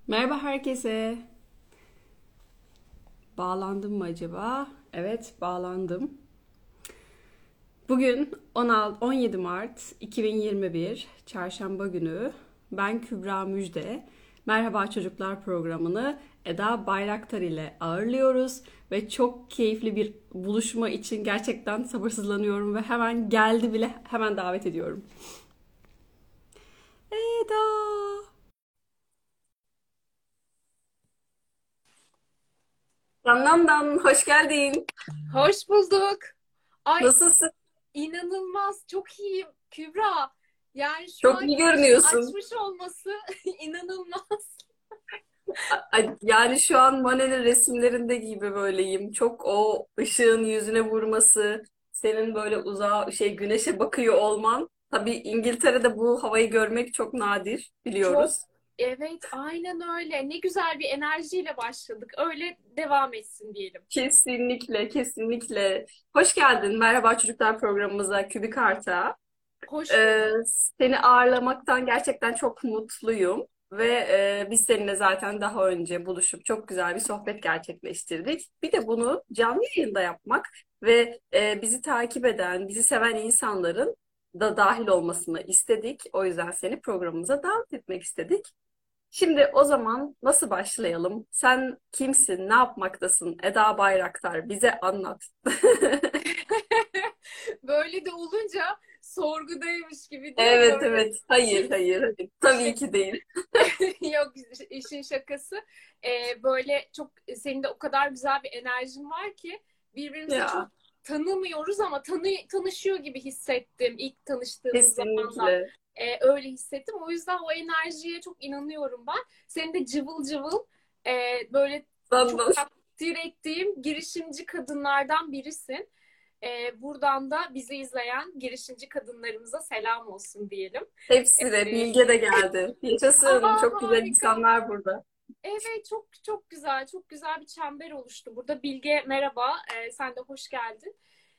Merhaba herkese. Bağlandım mı acaba? Evet, bağlandım. Bugün 17 Mart 2021 Çarşamba günü. Ben Kübra Müjde. Merhaba Çocuklar programını Eda Bayraktar ile ağırlıyoruz ve çok keyifli bir buluşma için gerçekten sabırsızlanıyorum ve hemen geldi bile hemen davet ediyorum. Eda! Gangnam'dan hoş geldin. Hoş bulduk. Ay Nasılsın? inanılmaz çok iyiyim Kübra. Yani şu Çok an iyi güneşin görünüyorsun. açmış olması inanılmaz. Ay, yani şu an Manet'in resimlerinde gibi böyleyim. Çok o ışığın yüzüne vurması, senin böyle uzağa güneşe bakıyor olman. Tabii İngiltere'de bu havayı görmek çok nadir Çok biliyoruz. evet aynen öyle. Ne güzel bir enerjiyle başladık. Öyle devam etsin diyelim. Kesinlikle, kesinlikle. Hoş geldin. Merhaba Çocuklar programımıza, Kübik Art'a. Hoş Ee, bulduk. Seni ağırlamaktan gerçekten çok mutluyum. Ve biz seninle zaten daha önce buluşup çok güzel bir sohbet gerçekleştirdik. Bir de bunu canlı yayında yapmak ve bizi takip eden, bizi seven insanların da dahil olmasını istedik. O yüzden seni programımıza davet etmek istedik. Şimdi o zaman nasıl başlayalım? Sen kimsin? Ne yapmaktasın? Eda Bayraktar, bize anlat. Böyle de olunca sorgudaymış gibi değil mi? Evet, Böyle evet. Hayır, şey, hayır, hayır. Tabii şey ki değil. yok işin şakası. Böyle çok senin de o kadar güzel bir enerjin var ki birbirimizi çok Ya. tanımıyoruz ama tanışıyor gibi hissettim ilk tanıştığımız zamanda. Kesinlikle. Öyle hissettim. O yüzden o enerjiye çok inanıyorum ben. Senin de cıvıl cıvıl böyle çok Ondan takdir ettiğim girişimci kadınlardan birisin. Buradan da bizi izleyen girişimci kadınlarımıza selam olsun diyelim. hepsi de Ee, Bilge de geldi. Yaşasın. Aa Çok güzel harika. insanlar burada. Evet çok çok güzel, çok güzel bir çember oluştu. Burada Bilge merhaba, sen de hoş geldin.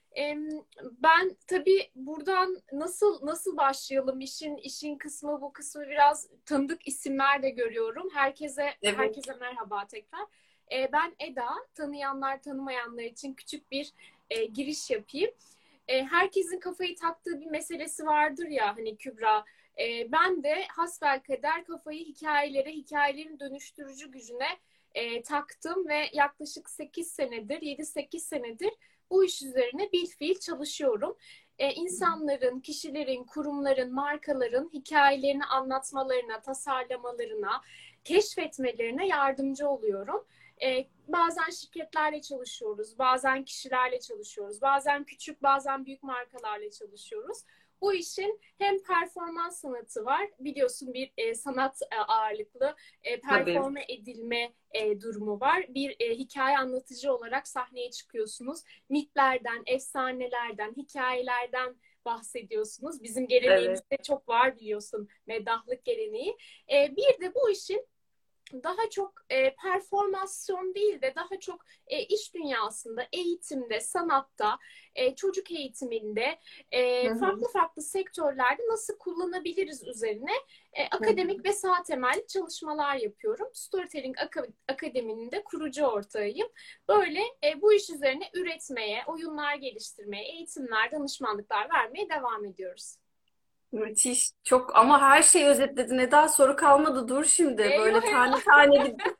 Ben tabii buradan nasıl başlayalım? İşin kısmı bu kısmı biraz tanıdık isimler de görüyorum. Evet. Herkese merhaba tekrar. Ben Eda, tanıyanlar tanımayanlar için küçük bir giriş yapayım. Herkesin kafayı taktığı bir meselesi vardır ya hani Kübra. Ben de hasbelkader kafayı hikayelerin dönüştürücü gücüne taktım ve yaklaşık 8 senedir, 7-8 senedir bu iş üzerine bilfiil çalışıyorum. İnsanların, kişilerin, kurumların, markaların hikayelerini anlatmalarına, tasarlamalarına, keşfetmelerine yardımcı oluyorum. Bazen şirketlerle çalışıyoruz, bazen kişilerle çalışıyoruz, bazen küçük, bazen büyük markalarla çalışıyoruz. Bu işin hem performans sanatı var, biliyorsun bir sanat ağırlıklı Tabii. performe edilme durumu var. Bir hikaye anlatıcı olarak sahneye çıkıyorsunuz. Mitlerden, efsanelerden, hikayelerden bahsediyorsunuz. Bizim Evet. geleneğimizde çok var biliyorsun meddahlık geleneği. Bir de bu işin daha çok performasyon değil de daha çok iş dünyasında, eğitimde, sanatta, çocuk eğitiminde, Hı hı. farklı farklı sektörlerde nasıl kullanabiliriz üzerine Hı hı. akademik ve saha temelli çalışmalar yapıyorum. Storytelling Akademi'nin de kurucu ortağıyım. Böyle bu iş üzerine üretmeye, oyunlar geliştirmeye, eğitimler, danışmanlıklar vermeye devam ediyoruz. Müthiş. Çok ama her şeyi özetledin. Ne daha soru kalmadı. Dur şimdi. Eyvah Böyle tane eyvah. tane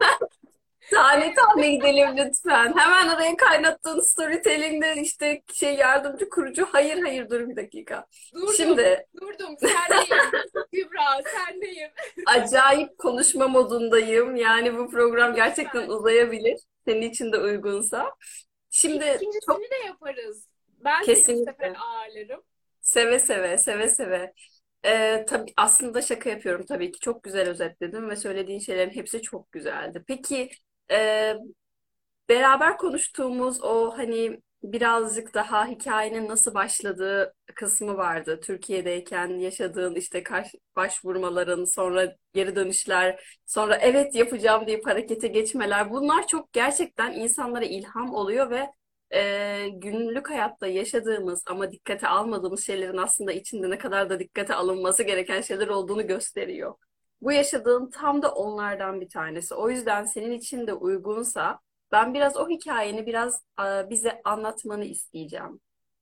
tane Evet, tane gidelim lütfen. Hemen oraya kaynattığın storytelling'de işte yardımcı kurucu. Hayır, hayır, dur bir dakika. durdum. Şimdi Durdum. Sendeyim. Kübra, sendeyim. acayip konuşma modundayım. Yani bu program gerçekten Lütfen. uzayabilir. Senin için de uygunsa. Şimdi çok İkincisini de yaparız. Ben seni bu sefer kesinlikle ağırlarım. seve seve seve seve. Tabii aslında şaka yapıyorum tabii ki. Çok güzel özetledin ve söylediğin şeylerin hepsi çok güzeldi. Peki e, beraber konuştuğumuz o hani birazcık daha hikayenin nasıl başladığı kısmı vardı. Türkiye'deyken yaşadığın işte başvurmaların, sonra geri dönüşler, sonra evet yapacağım deyip harekete geçmeler. Bunlar çok gerçekten insanlara ilham oluyor ve günlük hayatta yaşadığımız ama dikkate almadığımız şeylerin aslında içinde ne kadar da dikkate alınması gereken şeyler olduğunu gösteriyor. Bu yaşadığın tam da onlardan bir tanesi. O yüzden senin için de uygunsa ben biraz o hikayeni biraz bize anlatmanı isteyeceğim.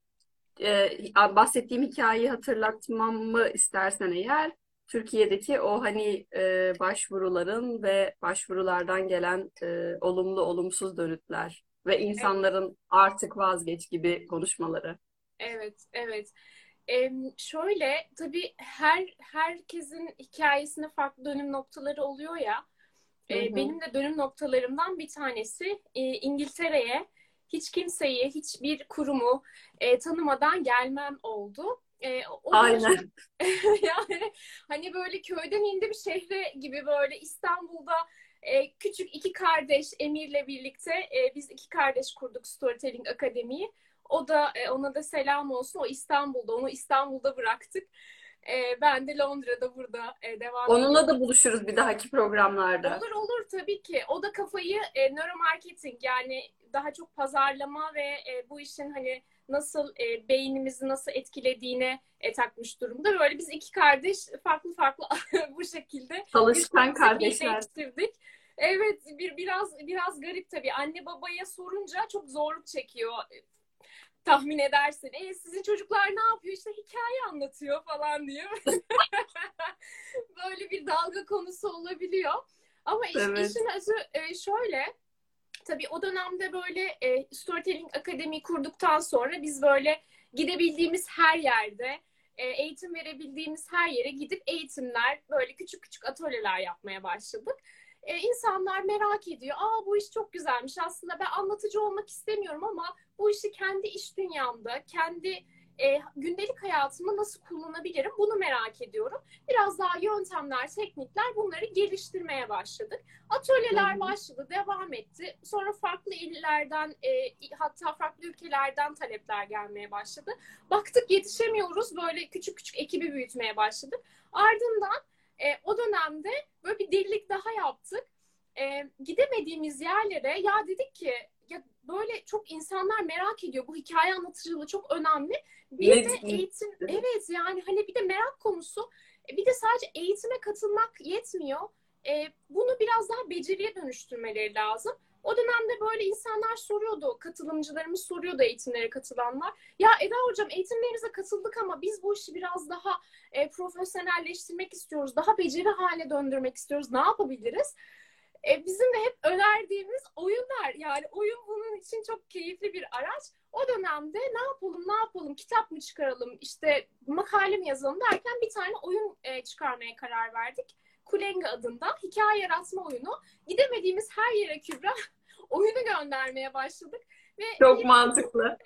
Bahsettiğim hikayeyi hatırlatmamı istersen eğer Türkiye'deki o hani başvuruların ve başvurulardan gelen olumlu olumsuz dönütler ve insanların artık vazgeç gibi konuşmaları. Evet, evet. Şöyle tabii herkesin hikayesinde farklı dönüm noktaları oluyor ya. Hı hı. Benim de dönüm noktalarımdan bir tanesi İngiltere'ye hiç kimseyi, hiçbir kurumu tanımadan gelmem oldu. O da Aynen. yani hani böyle köyden indi bir şehre gibi böyle İstanbul'da küçük iki kardeş Emir'le birlikte biz iki kardeş kurduk Storytelling Akademi'yi. O da ona da selam olsun. O İstanbul'da. Onu İstanbul'da bıraktık. Ben de Londra'da burada devam Onunla ediyorum. da buluşuruz bir dahaki programlarda. Olur olur tabii ki. O da kafayı nöromarketing yani daha çok pazarlama ve bu işin hani nasıl beynimizi nasıl etkilediğine takmış durumda. Böyle biz iki kardeş farklı farklı bu şekilde Çalışkan birbirimizi kardeşler. birleştirdik. Evet biraz garip tabii. Anne babaya sorunca çok zorluk çekiyor tahmin edersin. Sizin çocuklar ne yapıyor? İşte hikaye anlatıyor falan diyor. Böyle bir dalga konusu olabiliyor. Ama Evet. işin özü şöyle. Tabii o dönemde böyle Storytelling Akademi kurduktan sonra biz böyle gidebildiğimiz her yerde eğitim verebildiğimiz her yere gidip eğitimler böyle küçük küçük atölyeler yapmaya başladık. İnsanlar merak ediyor. Bu iş çok güzelmiş. Aslında ben anlatıcı olmak istemiyorum ama bu işi kendi iş dünyamda, kendi gündelik hayatımda nasıl kullanabilirim bunu merak ediyorum. Biraz daha yöntemler, teknikler bunları geliştirmeye başladık. Hı Atölyeler hı. başladı, devam etti. Sonra farklı illerden, hatta farklı ülkelerden talepler gelmeye başladı. Baktık yetişemiyoruz, böyle küçük küçük ekibi büyütmeye başladık. Ardından o dönemde böyle bir delilik daha yaptık. Gidemediğimiz yerlere ya dedik ki ya böyle çok insanlar merak ediyor. Bu hikaye anlatıcılığı çok önemli. Bir Ne, de eğitim, evet yani hani bir de merak konusu. Bir de sadece eğitime katılmak yetmiyor. Bunu biraz daha beceriye dönüştürmeleri lazım. O dönemde böyle insanlar soruyordu, katılımcılarımız soruyordu eğitimlere katılanlar. Ya Eda hocam eğitimlerinize katıldık ama biz bu işi biraz daha profesyonelleştirmek istiyoruz. Daha beceri haline döndürmek istiyoruz. Ne yapabiliriz? Bizim de hep önerdiğimiz oyunlar. Yani oyun bunun için çok keyifli bir araç. O dönemde ne yapalım, kitap mı çıkaralım, işte makale mi yazalım derken bir tane oyun çıkarmaya karar verdik. Kulenga adında hikaye yaratma oyunu. Gidemediğimiz her yere Kübra oyunu göndermeye başladık. Ve çok mantıklı.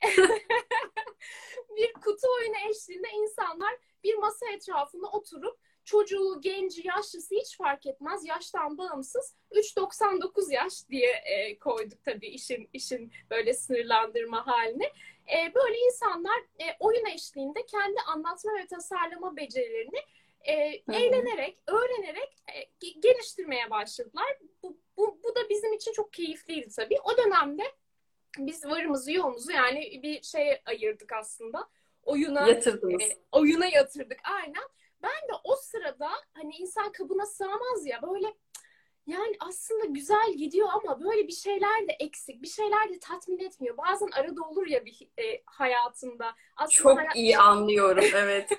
bir kutu oyunu eşliğinde insanlar bir masa etrafında oturup çocuğu, genci, yaşlısı hiç fark etmez. Yaştan bağımsız 3,99 yaş diye koyduk tabii işin böyle sınırlandırma halini. Böyle insanlar oyun eşliğinde kendi anlatma ve tasarlama becerilerini Hı hı. eğlenerek, öğrenerek geliştirmeye başladılar. Bu da bizim için çok keyifliydi tabii. O dönemde biz varımızı yoğumuzu yani bir şeye ayırdık aslında. Yatırdınız. Oyuna yatırdık aynen. Ben de o sırada hani insan kabına sığamaz ya böyle yani aslında güzel gidiyor ama böyle bir şeyler de eksik, bir şeyler de tatmin etmiyor. Bazen arada olur ya bir hayatında. Aslında Çok iyi anlıyorum. Evet.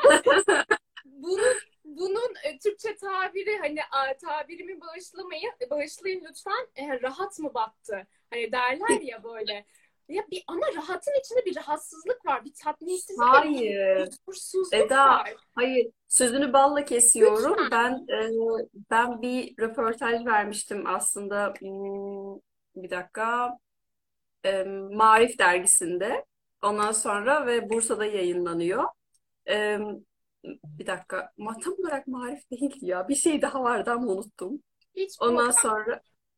bunun Türkçe tabiri hani tabirimi bağışlayın lütfen. Rahat mı battı? Hani derler ya böyle. Ya ama rahatın içinde bir rahatsızlık var, bir tatminsizlik ve bir Hayır. huzursuzluk Eda, var. hayır. Sözünü balla kesiyorum. Lütfen. Ben bir röportaj vermiştim aslında. Bir dakika. Marif dergisinde. Ondan sonra ve Bursa'da yayınlanıyor. Ee, Bir dakika. Tam olarak Marif değildi ya. Bir şey daha vardı ama unuttum. Hiç Ondan problem. sonra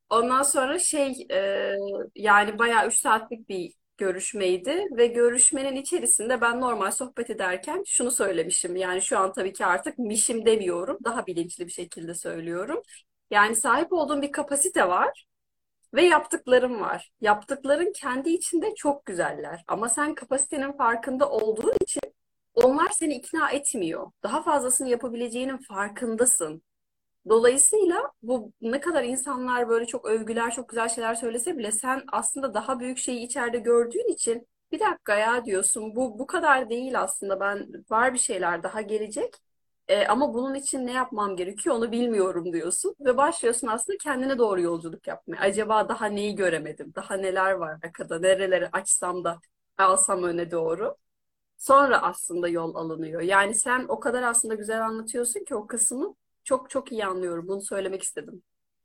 yani bayağı 3 saatlik bir görüşmeydi ve görüşmenin içerisinde ben normal sohbet ederken şunu söylemişim. Yani şu an tabii ki artık mişim demiyorum. Daha bilinçli bir şekilde söylüyorum. Yani sahip olduğum bir kapasite var ve yaptıklarım var. Yaptıkların kendi içinde çok güzeller. Ama sen kapasitenin farkında olduğun için onlar seni ikna etmiyor. Daha fazlasını yapabileceğinin farkındasın. Dolayısıyla bu ne kadar insanlar böyle çok övgüler, çok güzel şeyler söylese bile sen aslında daha büyük şeyi içeride gördüğün için bir dakika ya diyorsun. Bu kadar değil aslında. Var bir şeyler daha gelecek. Ama bunun için ne yapmam gerekiyor onu bilmiyorum diyorsun ve başlıyorsun aslında kendine doğru yolculuk yapmaya. Acaba daha neyi göremedim? Daha neler var arkada? Nereleri açsam da alsam öne doğru. Sonra aslında yol alınıyor. Yani sen o kadar aslında güzel anlatıyorsun ki o kısmı çok çok iyi anlıyorum. Bunu söylemek istedim.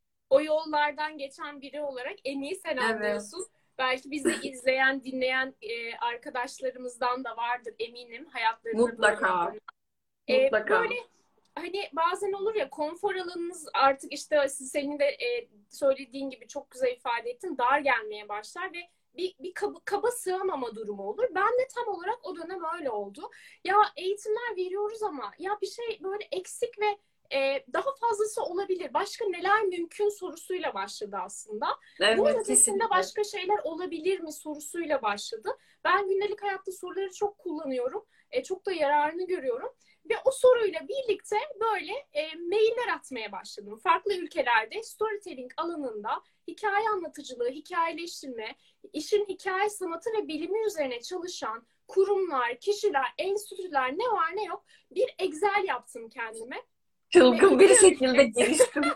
O yollardan geçen biri olarak en iyi sen anlıyorsun. Evet. Belki bizi izleyen, dinleyen arkadaşlarımızdan da vardır eminim hayatlarında böyle Mutlaka. olan. Böyle Mutlaka. hani bazen olur ya, konfor alanınız artık işte senin de söylediğin gibi çok güzel ifade ettin, dar gelmeye başlar ve bir kaba sığamama durumu olur. Ben de tam olarak o dönem öyle oldu. Ya eğitimler veriyoruz ama ya bir şey böyle eksik ve daha fazlası olabilir. Başka neler mümkün sorusuyla başladı aslında. Bunun Evet, ötesinde kesinlikle. başka şeyler olabilir mi sorusuyla başladı. Ben gündelik hayatta soruları çok kullanıyorum. Çok da yararını görüyorum. Ve o soruyla birlikte böyle mailler atmaya başladım. Farklı ülkelerde storytelling alanında hikaye anlatıcılığı, hikayeleştirme, işin hikaye sanatı ve bilimi üzerine çalışan kurumlar, kişiler, enstitüler ne var ne yok bir Excel yaptım kendime. Ve Çılgın bir iki şekilde ülke giriştim.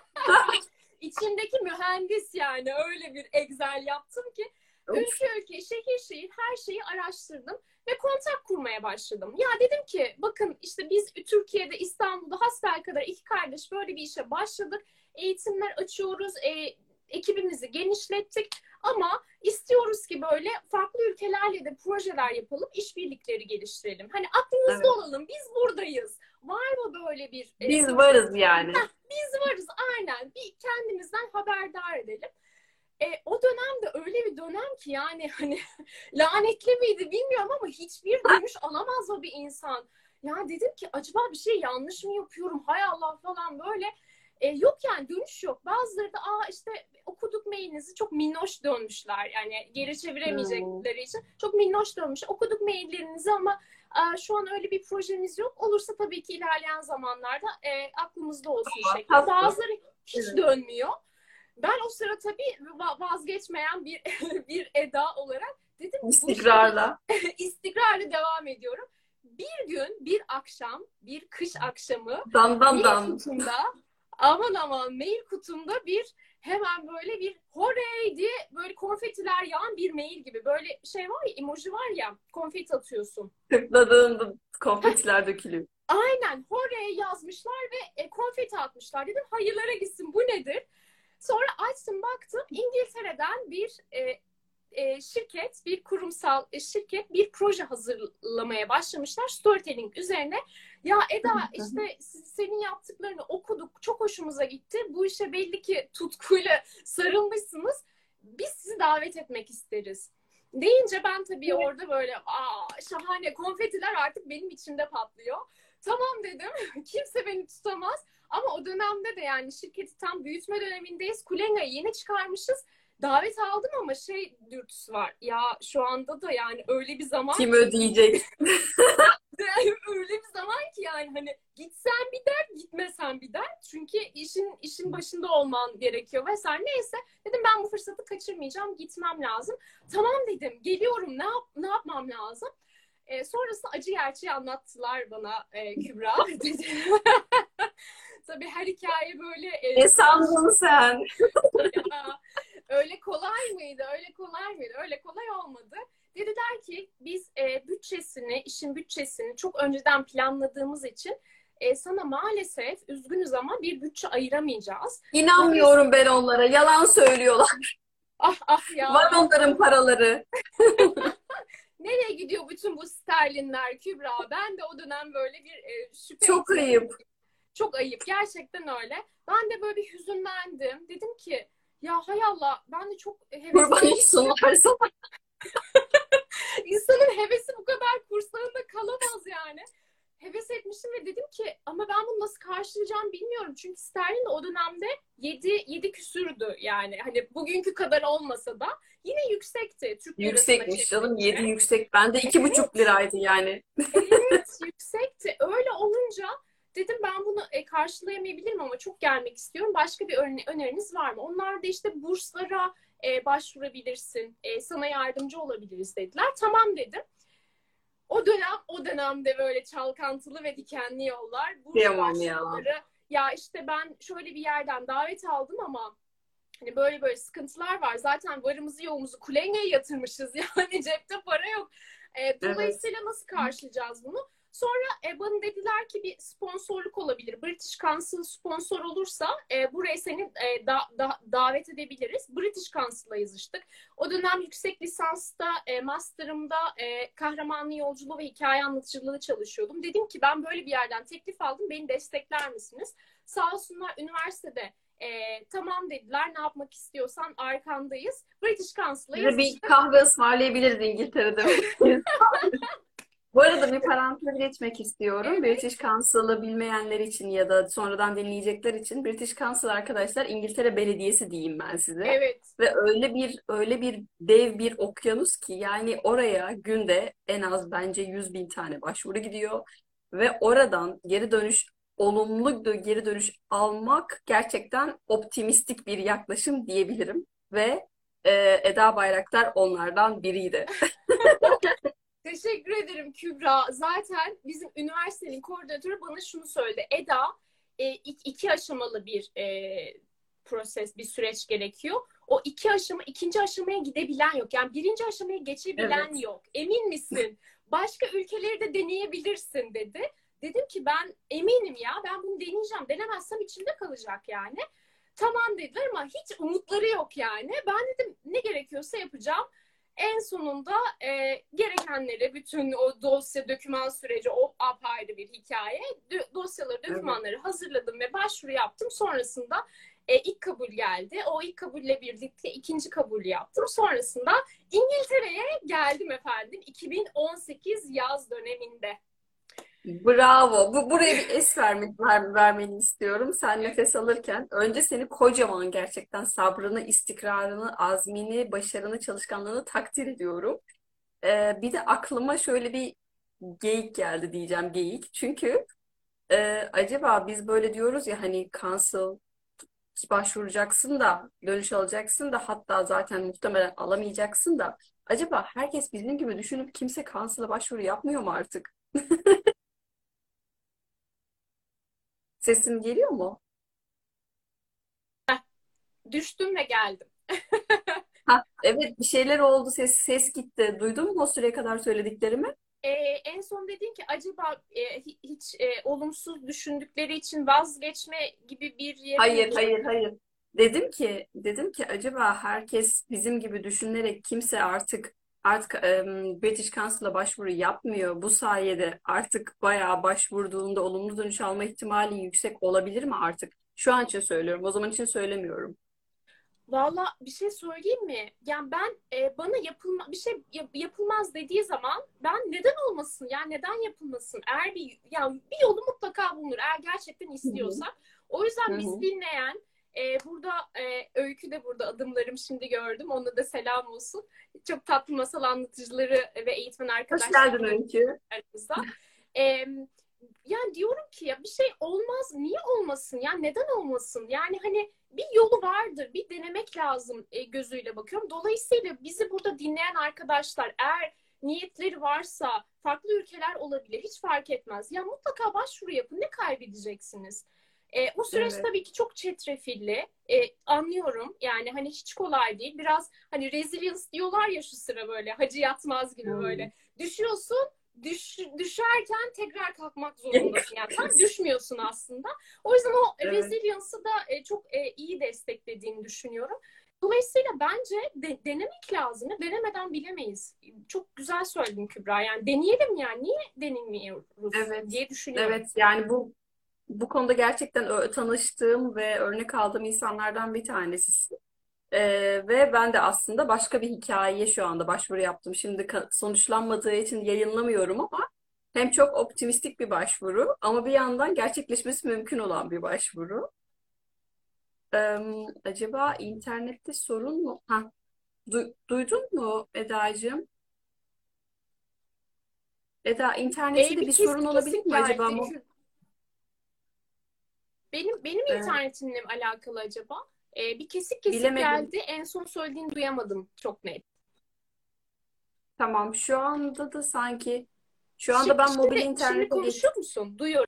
içindeki mühendis, yani öyle bir Excel yaptım ki Of. ülke ülke, şehir şehir her şeyi araştırdım ve kontak kurmaya başladım. Ya dedim ki bakın işte biz Türkiye'de, İstanbul'da hasbelkader iki kardeş böyle bir işe başladık. Eğitimler açıyoruz, ekibimizi genişlettik ama istiyoruz ki böyle farklı ülkelerle de projeler yapalım, işbirlikleri geliştirelim. Hani aklınızda Evet. olalım, biz buradayız. Var mı böyle bir Biz proje? varız yani. Biz varız, aynen, bir kendimizden haberdar edelim. O dönemde öyle bir dönem ki yani hani lanetli miydi bilmiyorum ama hiçbir dönüş alamaz o bir insan. Ya dedim ki acaba bir şey yanlış mı yapıyorum? Hay Allah falan böyle. Yok yani, dönüş yok. Bazıları da işte okuduk mailinizi, çok minnoş dönmüşler. Yani geri Hmm. çeviremeyecekleri için çok minnoş dönmüş. Okuduk maillerinizi ama şu an öyle bir projemiz yok. Olursa tabii ki ilerleyen zamanlarda aklımızda olsun şeklinde. Tatlı. Bazıları hiç Evet. dönmüyor. Ben o sıra tabii vazgeçmeyen bir bir Eda olarak dedim ki bu işe İstikrarla. istikrarlı devam ediyorum. Bir gün, bir akşam, bir kış akşamı Dan dan mail dan. kutumda, aman aman, mail kutumda bir hemen böyle bir horey diye böyle konfetiler yağan bir mail gibi, böyle şey var ya, emoji var ya, konfeti atıyorsun. Tıkladığında konfetiler dökülüyor. Aynen horey yazmışlar ve konfeti atmışlar. Dedim hayırlara gitsin, bu nedir? Sonra açtım baktım, İngiltere'den bir şirket, bir kurumsal şirket bir proje hazırlamaya başlamışlar storytelling üzerine. Ya Eda, işte senin yaptıklarını okuduk, çok hoşumuza gitti. Bu işe belli ki tutkuyla sarılmışsınız. Biz sizi davet etmek isteriz. Deyince ben tabii orada böyle şahane, konfetiler artık benim içimde patlıyor. Tamam dedim. Kimse beni tutamaz. Ama o dönemde de yani şirketi tam büyütme dönemindeyiz. Kulenga'yı yeni çıkarmışız. Davet aldım ama şey dürtüsü var. Ya şu anda da yani öyle bir zaman Kim ki ödeyecek? öyle bir zaman ki yani hani gitsen bir dert, gitmesen bir dert. Çünkü işin başında olman gerekiyor vesaire. Neyse dedim, ben bu fırsatı kaçırmayacağım. Gitmem lazım. Tamam dedim. Geliyorum. Ne yapmam lazım? Sonrasında acı gerçeği anlattılar bana, Kübra. Tabii her hikaye böyle Ne sandın sen? ya, öyle kolay mıydı? Öyle kolay mıydı? Öyle kolay olmadı. Dediler ki biz işin bütçesini çok önceden planladığımız için sana maalesef üzgünüz ama bir bütçe ayıramayacağız. İnanmıyorum Dolayısıyla ben onlara. Yalan söylüyorlar. ah ah ya, Var onların paraları. nereye gidiyor bütün bu sterlinler Kübra? Ben de o dönem böyle bir şüphe Çok içindeyim. ayıp. Çok ayıp. Gerçekten öyle. Ben de böyle bir hüzünlendim. Dedim ki ya hay Allah, ben de çok Kurban heveslenmişim. olsunlar sana. İnsanın hevesi bu kadar kursağında kalamaz yani. Heves etmişim ve dedim ki ama ben bunu nasıl karşılayacağım bilmiyorum. Çünkü sterlin de o dönemde 7 küsürdü yani. Hani bugünkü kadar olmasa da yine yüksekti Türk lirasına Yüksekmiş canım. Yedi çevirince. yüksek. Ben de 2,5 liraydı yani. Evet, yüksekti. Öyle olunca Dedim ben bunu karşılayamayabilirim ama çok gelmek istiyorum. Başka bir öneriniz var mı? Onlar da işte burslara başvurabilirsin. Sana yardımcı olabiliriz dediler. Tamam dedim. O dönemde böyle çalkantılı ve dikenli yollar, burs Kıyamam ya. başvuruları. Ya işte ben şöyle bir yerden davet aldım ama hani böyle böyle sıkıntılar var. Zaten varımızı yoğumuzu Kulenya'ya yatırmışız. Yani cepte para yok. Evet. Dolayısıyla nasıl karşılayacağız bunu? Sonra bana dediler ki bir sponsorluk olabilir. British Council sponsor olursa buraya seni davet edebiliriz. British Council'la yazıştık. O dönem yüksek lisansta, master'ımda kahramanlı yolculuğu ve hikaye anlatıcılığı çalışıyordum. Dedim ki ben böyle bir yerden teklif aldım. Beni destekler misiniz? Sağ olsunlar üniversitede tamam dediler, ne yapmak istiyorsan arkandayız. British Council'la Size bir yazıştık. kahve ısmarlayabiliriz İngiltere'de. Bu arada bir parantez geçmek istiyorum. Evet, British Council'ı bilmeyenler için ya da sonradan dinleyecekler için British Council arkadaşlar İngiltere Belediyesi diyeyim ben size. evet. Ve öyle bir dev bir okyanus ki yani oraya günde en az bence 100.000 tane başvuru gidiyor ve oradan geri dönüş olumlu geri dönüş almak gerçekten optimistik bir yaklaşım diyebilirim ve Eda Bayraktar onlardan biriydi. Teşekkür ederim Kübra. Zaten bizim üniversitenin koordinatörü bana şunu söyledi. Eda, iki aşamalı bir proses, bir süreç gerekiyor. O iki aşama, ikinci aşamaya gidebilen yok. Yani birinci aşamaya geçebilen Evet. yok. Emin misin? Başka ülkeleri de deneyebilirsin dedi. Dedim ki ben eminim ya, ben bunu deneyeceğim. Denemezsem içimde kalacak yani. Tamam dediler ama hiç umutları yok yani. Ben dedim ne gerekiyorsa yapacağım. En sonunda gerekenleri, bütün o dosya, doküman süreci, o apayrı bir hikaye. Dosyaları, Evet. dokümanları hazırladım ve başvuru yaptım. Sonrasında ilk kabul geldi. O ilk kabulle birlikte ikinci kabul yaptım. Sonrasında İngiltere'ye geldim efendim. 2018 yaz döneminde. Bravo. Buraya bir es vermeni istiyorum. Sen nefes alırken önce seni kocaman gerçekten sabrını, istikrarını, azmini, başarını, çalışkanlığını takdir ediyorum. Bir de aklıma şöyle bir geyik geldi diyeceğim geyik. Çünkü acaba biz böyle diyoruz ya hani cancel başvuracaksın da dönüş alacaksın da hatta zaten muhtemelen alamayacaksın da acaba herkes bizim gibi düşünüp kimse cancel'a başvuru yapmıyor mu artık? Sesim geliyor mu? Düştüm ve geldim. Ha, evet bir şeyler oldu ses gitti. Duydun mu o süreye kadar söylediklerimi? En son dedin ki acaba hiç olumsuz düşündükleri için vazgeçme gibi bir yere mi Hayır, geldi? hayır, hayır. Dedim ki acaba herkes bizim gibi düşünerek kimse artık British Council'a başvuru yapmıyor. Bu sayede artık bayağı başvurduğunda olumlu dönüş alma ihtimali yüksek olabilir mi artık? Şu an için söylüyorum. O zaman için söylemiyorum. Valla bir şey söyleyeyim mi? Yani ben bana bir şey yapılmaz dediği zaman ben neden olmasın? Yani neden yapılmasın? Eğer bir yolu mutlaka bulunur. Eğer gerçekten Hı hı. istiyorsak. O Hı yüzden bizi hı. dinleyen burada Öykü de burada adımlarım şimdi gördüm. Ona da selam olsun. Çok tatlı masal anlatıcıları ve eğitmen Hoş geldin arkadaşlarım da Öykü. aramızda. E, Yani diyorum ki ya bir şey olmaz. Niye olmasın? Yani neden olmasın? Yani hani bir yolu vardır. Bir denemek lazım gözüyle bakıyorum. Dolayısıyla bizi burada dinleyen arkadaşlar eğer niyetleri varsa farklı ülkeler olabilir. Hiç fark etmez. Ya mutlaka başvuru yapın. Ne kaybedeceksiniz? O süreç Evet. tabii ki çok çetrefilli. Anlıyorum. Yani hani hiç kolay değil. Biraz hani resilience diyorlar ya şu sıra böyle. Hacı yatmaz gibi Hmm. böyle. Düşüyorsun, düşerken tekrar kalkmak zorundasın. Yani sen düşmüyorsun aslında. O yüzden o Evet. resilience'ı da çok iyi desteklediğini düşünüyorum. Dolayısıyla bence denemek lazım. Denemeden bilemeyiz. Çok güzel söyledin Kübra. Yani deneyelim yani. Niye denemiyoruz Evet. diye düşünüyorum. Evet. Yani bu konuda gerçekten tanıştığım ve örnek aldığım insanlardan bir tanesisin. Ve ben de aslında başka bir hikayeye şu anda başvuru yaptım. Şimdi sonuçlanmadığı için yayınlamıyorum ama hem çok optimistik bir başvuru ama bir yandan gerçekleşmesi mümkün olan bir başvuru. Acaba internette sorun mu? Ha, duydun mu Eda'cığım? Eda internette de Bir bir sorun kesik olabilir kesik mi acaba? geldi. Benim Ee, internetimle mi alakalı acaba? Bir kesik kesik bilemedim. geldi. En son söylediğini duyamadım çok net. Tamam, şu anda da sanki şu anda Şimdi, ben mobil şimdi internete geç konuşuyor musun? Duyuyorum.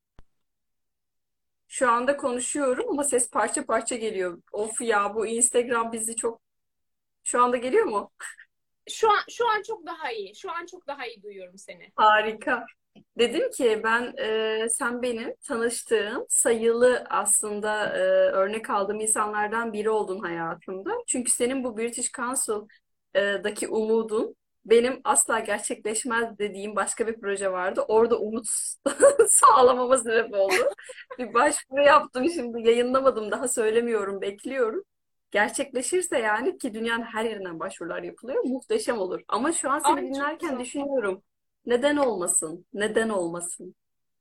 şu anda konuşuyorum ama ses parça parça geliyor. Of ya, bu Instagram bizi çok şu anda geliyor mu? Şu an çok daha iyi. Şu an çok daha iyi duyuyorum seni. Harika. Dedim ki ben sen benim tanıştığım sayılı aslında örnek aldığım insanlardan biri oldun hayatımda. Çünkü senin bu British Council'daki umudun benim asla gerçekleşmez dediğim başka bir proje vardı. Orada umut sağlamama sebep oldu. Bir başvuru yaptım, şimdi yayınlamadım, daha söylemiyorum, bekliyorum. Gerçekleşirse yani, ki dünyanın her yerinden başvurular yapılıyor, muhteşem olur. Ama şu an seni Ay çok dinlerken güzel. düşünüyorum. Neden olmasın? Neden olmasın?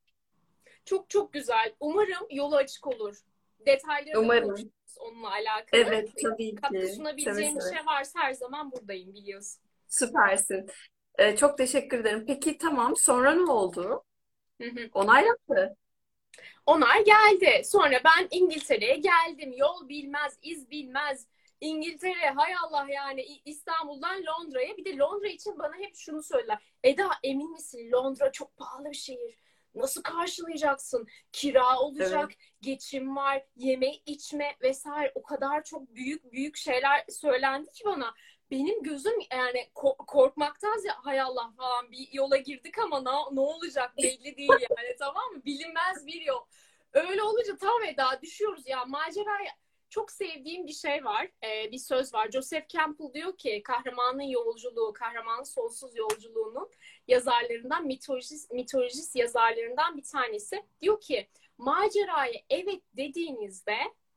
Çok çok güzel. Umarım yolu açık olur. Detayları da Umarım. konuşuruz onunla alakalı. Evet, tabii Katkı ki. Seve sunabileceğim bir seve. şey varsa her zaman buradayım biliyorsun. Süpersin. Çok teşekkür ederim. Peki tamam. Sonra ne oldu? Hı hı. Onaylandı. Onlar geldi. Sonra ben İngiltere'ye geldim. Yol bilmez, iz bilmez. İngiltere, hay Allah yani İstanbul'dan Londra'ya. Bir de Londra için bana hep şunu söyler. Eda emin misin? Londra çok pahalı bir şehir. Nasıl karşılayacaksın? Kira olacak, Evet. geçim var, yeme içme vesaire. O kadar çok büyük büyük şeyler söylendi ki bana. Benim gözüm yani korkmaktan hay Allah falan bir yola girdik ama ne olacak belli değil yani, tamam mı? Bilinmez bir yol. Öyle olunca tam Eda düşüyoruz ya maceraya. Çok sevdiğim bir şey var, bir söz var. Joseph Campbell diyor ki kahramanın yolculuğu, kahramanın sonsuz yolculuğunun yazarlarından, mitolojist yazarlarından bir tanesi. Diyor ki maceraya evet dediğinizde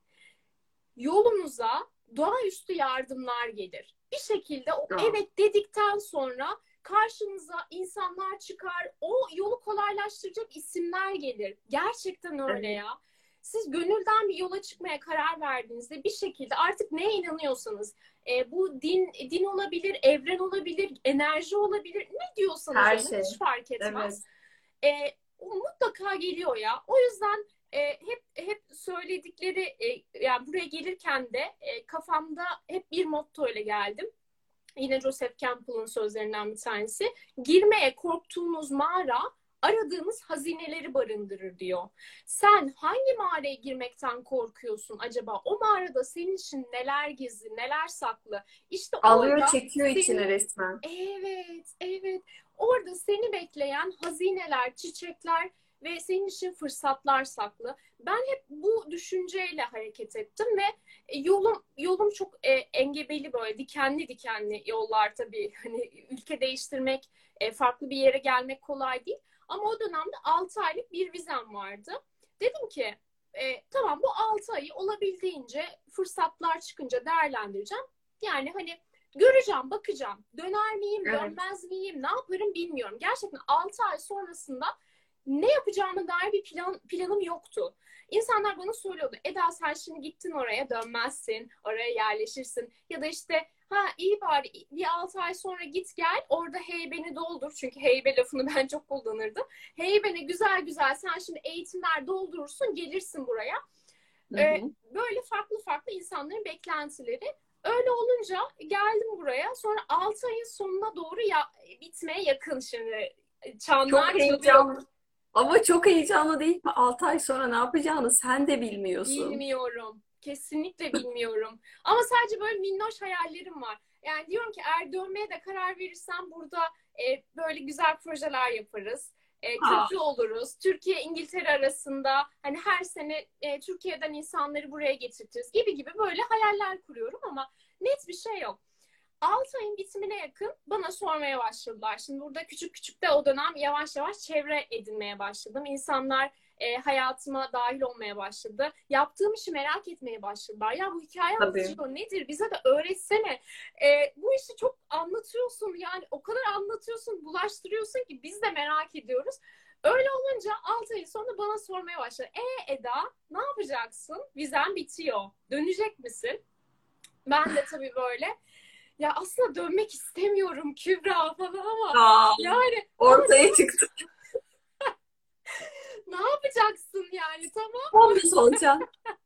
yolunuza doğaüstü yardımlar gelir. Bir şekilde o Aa, evet dedikten sonra karşınıza insanlar çıkar, o yolu kolaylaştıracak isimler gelir. Gerçekten öyle evet. ya. Siz gönülden bir yola çıkmaya karar verdiğinizde bir şekilde artık neye inanıyorsanız, bu din olabilir, evren olabilir, enerji olabilir, ne diyorsanız Her ona şey. hiç fark etmez. Evet. E, O mutlaka geliyor ya. O yüzden hep söyledikleri yani buraya gelirken de kafamda hep bir motto ile geldim. Yine Joseph Campbell'ın sözlerinden bir tanesi. Girmeye korktuğunuz mağara aradığınız hazineleri barındırır diyor. Sen hangi mağaraya girmekten korkuyorsun acaba? O mağarada senin için neler gizli, neler saklı? İşte Alıyor, orada çekiyor içine seni, resmen. evet, evet. Orada seni bekleyen hazineler, çiçekler ve senin için fırsatlar saklı. Ben hep bu düşünceyle hareket ettim ve yolum çok engebeli, böyle dikenli dikenli yollar tabii. Hani ülke değiştirmek, farklı bir yere gelmek kolay değil. Ama o dönemde 6 aylık bir vizem vardı. Dedim ki tamam, bu 6 ayı olabildiğince fırsatlar çıkınca değerlendireceğim. Yani hani göreceğim, bakacağım. Döner miyim, Evet. dönmez miyim, ne yaparım bilmiyorum. Gerçekten 6 ay sonrasında ne yapacağıma dair bir planım yoktu. İnsanlar bana söylüyordu. Eda sen şimdi gittin oraya, dönmezsin. Oraya yerleşirsin. Ya da işte ha iyi bari bir 6 ay sonra git gel. Orada heybeni doldur. Çünkü heybe lafını ben çok kullanırdım. Heybeni güzel güzel sen şimdi eğitimler doldurursun. Gelirsin buraya. Hı hı. Böyle farklı farklı insanların beklentileri. Öyle olunca geldim buraya. Sonra 6 ayın sonuna doğru bitmeye yakın şimdi. Çok Çanlar çalıyor. heyecanlı. Ama çok heyecanlı değil mi? 6 ay sonra ne yapacağını sen de bilmiyorsun. Bilmiyorum. Kesinlikle bilmiyorum. Ama sadece böyle minnoş hayallerim var. Yani diyorum ki eğer dönmeye de karar verirsem burada böyle güzel projeler yaparız. Aa, Köprü oluruz. Türkiye İngiltere arasında hani her sene Türkiye'den insanları buraya getirtiriz gibi gibi böyle hayaller kuruyorum ama net bir şey yok. 6 ayın bitimine yakın bana sormaya başladılar. Şimdi burada küçük küçük de o dönem yavaş yavaş çevre edinmeye başladım. İnsanlar hayatıma dahil olmaya başladı. Yaptığım işi merak etmeye başladılar. Ya bu hikaye tabii. anlatıcılığı nedir? Bize de öğretsene. Bu işi çok anlatıyorsun. Yani o kadar anlatıyorsun, bulaştırıyorsun ki biz de merak ediyoruz. Öyle olunca 6 ay sonra bana sormaya başladı. Eda ne yapacaksın? Vizen bitiyor. Dönecek misin? Ben de tabii böyle ya aslında dönmek istemiyorum Kübra falan ama Aa, yani ama ortaya çıktı. Ne yapacaksın yani, tamam. Homeless olacaksın.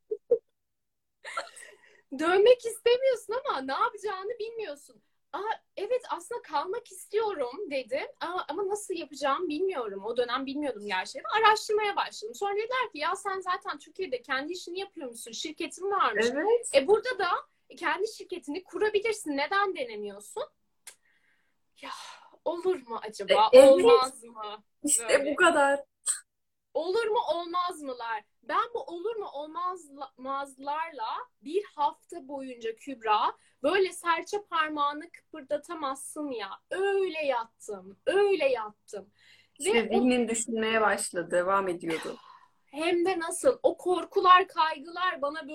Dönmek istemiyorsun ama ne yapacağını bilmiyorsun. Aa, evet aslında kalmak istiyorum dedim. Ama nasıl yapacağımı bilmiyorum. O dönem bilmiyordum gerçekten. Araştırmaya başladım. Sonra dediler ki ya sen zaten Türkiye'de kendi işini yapıyormuşsun. Şirketin varmış. Evet. Burada da kendi şirketini kurabilirsin. Neden denemiyorsun? Ya olur mu acaba? Evet. Olmaz mı? İşte bu Böyle. kadar. Olur mu olmaz mılar? Ben bu olur mu olmazlarla bir hafta boyunca Kübra böyle serçe parmağını kıpırdatamazsın ya. Öyle yattım, öyle yattım. Ve İşte o zihnin düşünmeye başladı, devam ediyordu. hem de nasıl o korkular, kaygılar bana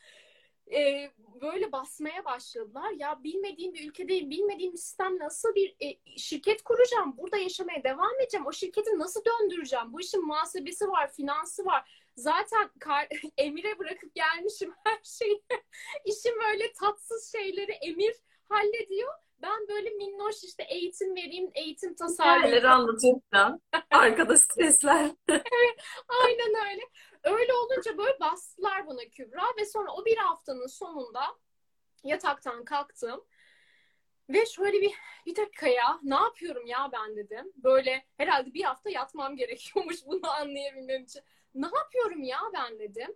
böyle basmaya başladılar. Ya bilmediğim bir ülkedeyim, bilmediğim bir sistem nasıl bir şirket kuracağım, burada yaşamaya devam edeceğim, o şirketi nasıl döndüreceğim, bu işin muhasebesi var, finansı var. Zaten Emir'e bırakıp gelmişim her şeyi. İşin böyle tatsız şeyleri Emir hallediyor. Ben böyle minnoş işte eğitim vereyim, eğitim tasarlayayım. Hikayeleri anlatıyorsan arkada stresler. Aynen öyle. Öyle olunca böyle bastılar bana Kübra ve sonra o bir haftanın sonunda yataktan kalktım ve şöyle bir dakika ya ne yapıyorum ya ben dedim. Böyle herhalde bir hafta yatmam gerekiyormuş bunu anlayabilmem için. Ne yapıyorum ya ben dedim.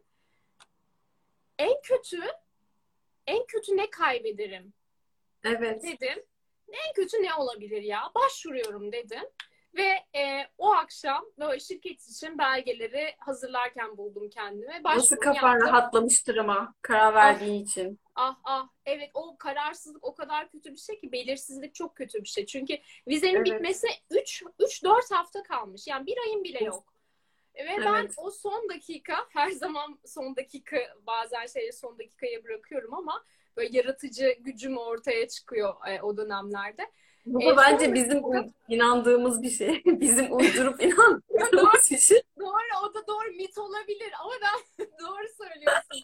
En kötü en kötü ne kaybederim Evet. dedim. En kötü ne olabilir ya? Başvuruyorum dedim. Ve o akşam böyle şirket için belgeleri hazırlarken buldum kendimi. Nasıl Başvurumu kafan yaptım. rahatlamıştır ama karar Ah verdiğin için. ah. Evet o kararsızlık o kadar kötü bir şey ki belirsizlik çok kötü bir şey. Çünkü vizenin Evet. bitmesi 3-4 hafta kalmış. Yani bir ayın bile Of, yok. Ve ben evet. o son dakika her zaman son dakika bazen şeyleri son dakikaya bırakıyorum ama böyle yaratıcı gücüm ortaya çıkıyor o dönemlerde. Bu da Son bence bizim dakika inandığımız bir şey. Bizim uydurup doğru, inandığımız bir şey. doğru o da doğru mit olabilir ama ben doğru söylüyorsun.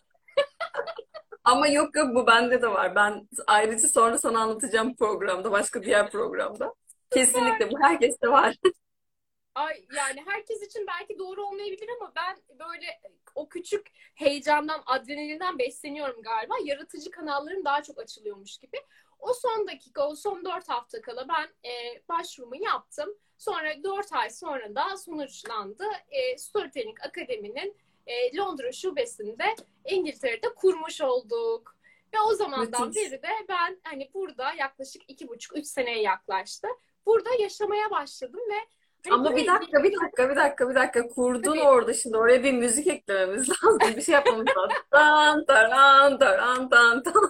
Ama yok yok, bu bende de var. Ben ayrıca sonra sana anlatacağım programda, başka diğer programda. Kesinlikle bu herkeste var. Ay, yani herkes için belki doğru olmayabilir ama ben böyle o küçük heyecandan, adrenalinden besleniyorum galiba. Yaratıcı kanallarım daha çok açılıyormuş gibi. O son dakika, o son 4 hafta kala ben başvurumu yaptım. Sonra 4 ay sonra da sonuçlandı. Storytelling Akademi'nin Londra şubesinde İngiltere'de kurmuş olduk. Ve o zamandan Müthiş. beri de ben hani burada yaklaşık 2,5-3 seneye yaklaştı. Burada yaşamaya başladım ve hani Ama bir buraya dakika, bir dakika, bir dakika, bir dakika. Kurdun tabii. orada, şimdi oraya bir müzik eklememiz lazım. Bir şey yapmamız lazım. Tan taran taran tan tan.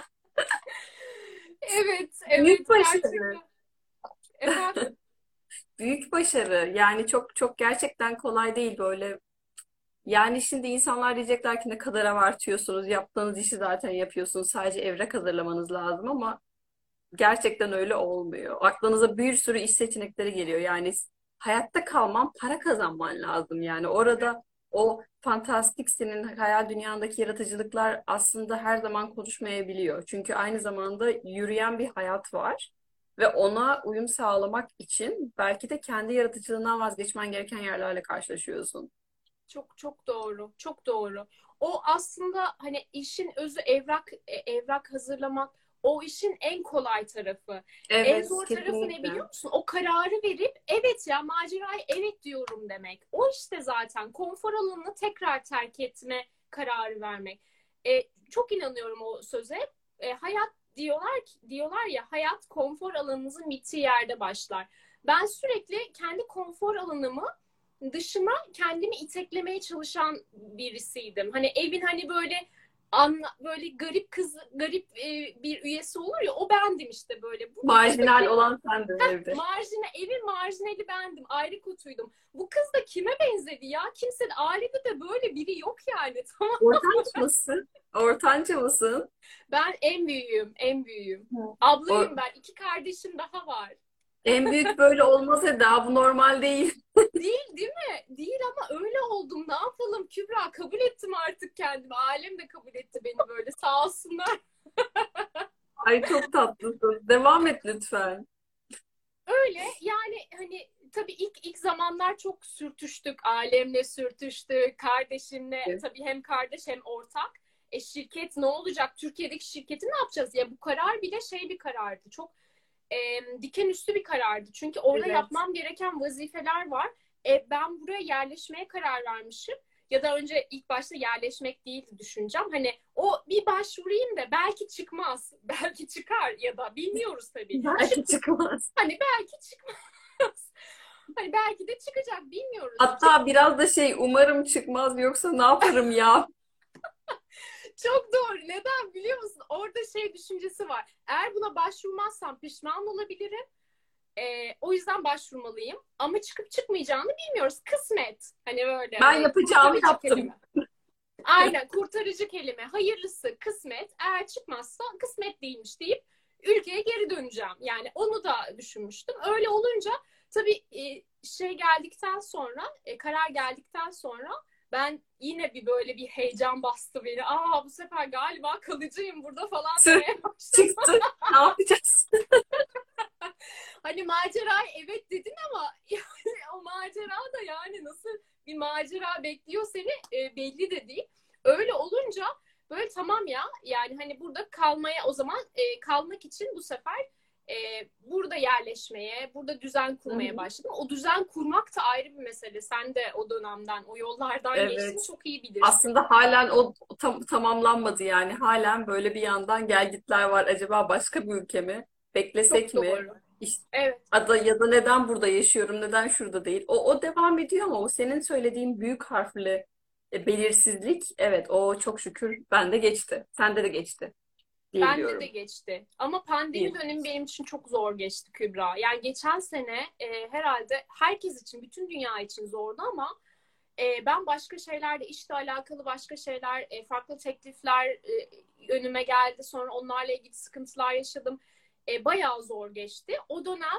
Evet, Büyük evet başarı. gerçekten. Efendim? Büyük başarı. Yani çok çok gerçekten kolay değil böyle. Yani şimdi insanlar diyecekler ki ne kadar abartıyorsunuz. Yaptığınız işi zaten yapıyorsunuz. Sadece evrak hazırlamanız lazım ama gerçekten öyle olmuyor. Aklınıza bir sürü iş seçenekleri geliyor. Yani hayatta kalman, para kazanman lazım. Yani orada o fantastik, senin hayal dünyandaki yaratıcılıklar aslında her zaman konuşmayabiliyor. Çünkü aynı zamanda yürüyen bir hayat var. Ve ona uyum sağlamak için belki de kendi yaratıcılığından vazgeçmen gereken yerlerle karşılaşıyorsun. Çok çok doğru. Çok doğru. O aslında hani işin özü evrak hazırlamak. O işin en kolay tarafı. En Evet, zor tarafı ne kesinlikle. biliyor musun? O kararı verip evet ya maceraya evet diyorum demek. O işte zaten konfor alanını tekrar terk etme kararı vermek. Çok inanıyorum o söze. Hayat diyorlar ya hayat konfor alanınızın bittiği yerde başlar. Ben sürekli kendi konfor alanımı dışına kendimi iteklemeye çalışan birisiydim. Hani evin hani böyle garip kız garip bir üyesi olur ya o bendim işte böyle. Bu kız da Marjinal kim? olan sendin evde. Evin marjinali bendim. Ayrı kutuydum. Bu kız da kime benzedi ya? Kimse ailede de böyle biri yok yani. Tamam. Ortanca mısın? Ortanca mısın? Ben en büyüğüm, en büyüğüm. Hı. Ablayım O, ben. 2 kardeşim daha var. en büyük böyle olmaz Eda. Bu normal değil. Değil mi? Değil ama öyle oldum. Ne yapalım Kübra? Kabul ettim artık kendimi. Ailem de kabul etti beni böyle. Sağ olsunlar. Ay çok tatlısın. Devam et lütfen. Öyle yani hani tabii ilk zamanlar çok sürtüştük. Ailemle sürtüştük, kardeşimle, tabii hem kardeş hem ortak. Şirket ne olacak? Türkiye'deki şirketi ne yapacağız? Ya bu karar bile bir karardı. Çok diken üstü bir karardı. Çünkü orada Evet. yapmam gereken vazifeler var. Ben buraya yerleşmeye karar vermişim. Ya da önce ilk başta yerleşmek değildi düşüneceğim. Hani o bir başvurayım da belki çıkmaz. Belki çıkar ya da bilmiyoruz tabii. Belki çıkmaz. Hani belki çıkmaz. Hani belki de çıkacak bilmiyoruz. Hatta biraz da umarım çıkmaz yoksa ne yaparım ya? Çok doğru. Neden biliyor musun? Orada düşüncesi var. Eğer buna başvurmazsam pişman olabilirim. O yüzden başvurmalıyım. Ama çıkıp çıkmayacağını bilmiyoruz. Kısmet. Hani böyle Ben hani yapacağımı kurtarıcı yaptım. kelime. Aynen kurtarıcı kelime. Hayırlısı kısmet. Eğer çıkmazsa kısmet değilmiş deyip ülkeye geri döneceğim. Yani onu da düşünmüştüm. Öyle olunca tabii geldikten sonra karar geldikten sonra ben yine böyle bir heyecan bastı beni. Bu sefer galiba kalıcıyım burada falan Tüh, demeye başladım. çıktı. Ne yapacağız? Hani maceraya evet dedin ama yani o macera da yani nasıl bir macera bekliyor seni belli de değil. Öyle olunca böyle tamam ya yani hani burada kalmaya o zaman kalmak için bu sefer burada yerleşmeye, burada düzen Hı kurmaya hı. başladım. O düzen kurmak da ayrı bir mesele. Sen de o dönemden, o yollardan geçtin, Evet. çok iyi bilirsin. Aslında halen o tamamlanmadı yani. Halen böyle bir yandan gelgitler var. Acaba başka bir ülke mi? Beklesek Çok mi? doğru. İşte, Evet. ya da neden burada yaşıyorum? Neden şurada değil? O devam ediyor ama o senin söylediğin büyük harfli belirsizlik, evet, o çok şükür bende geçti. Sende de geçti Bende de diyebiliyorum. geçti. Ama pandemi Değil. dönemi benim için çok zor geçti Kübra. Yani geçen sene herhalde herkes için, bütün dünya için zordu ama ben başka şeylerle, işle alakalı başka şeyler, farklı teklifler önüme geldi. Sonra onlarla ilgili sıkıntılar yaşadım. Bayağı zor geçti. O dönem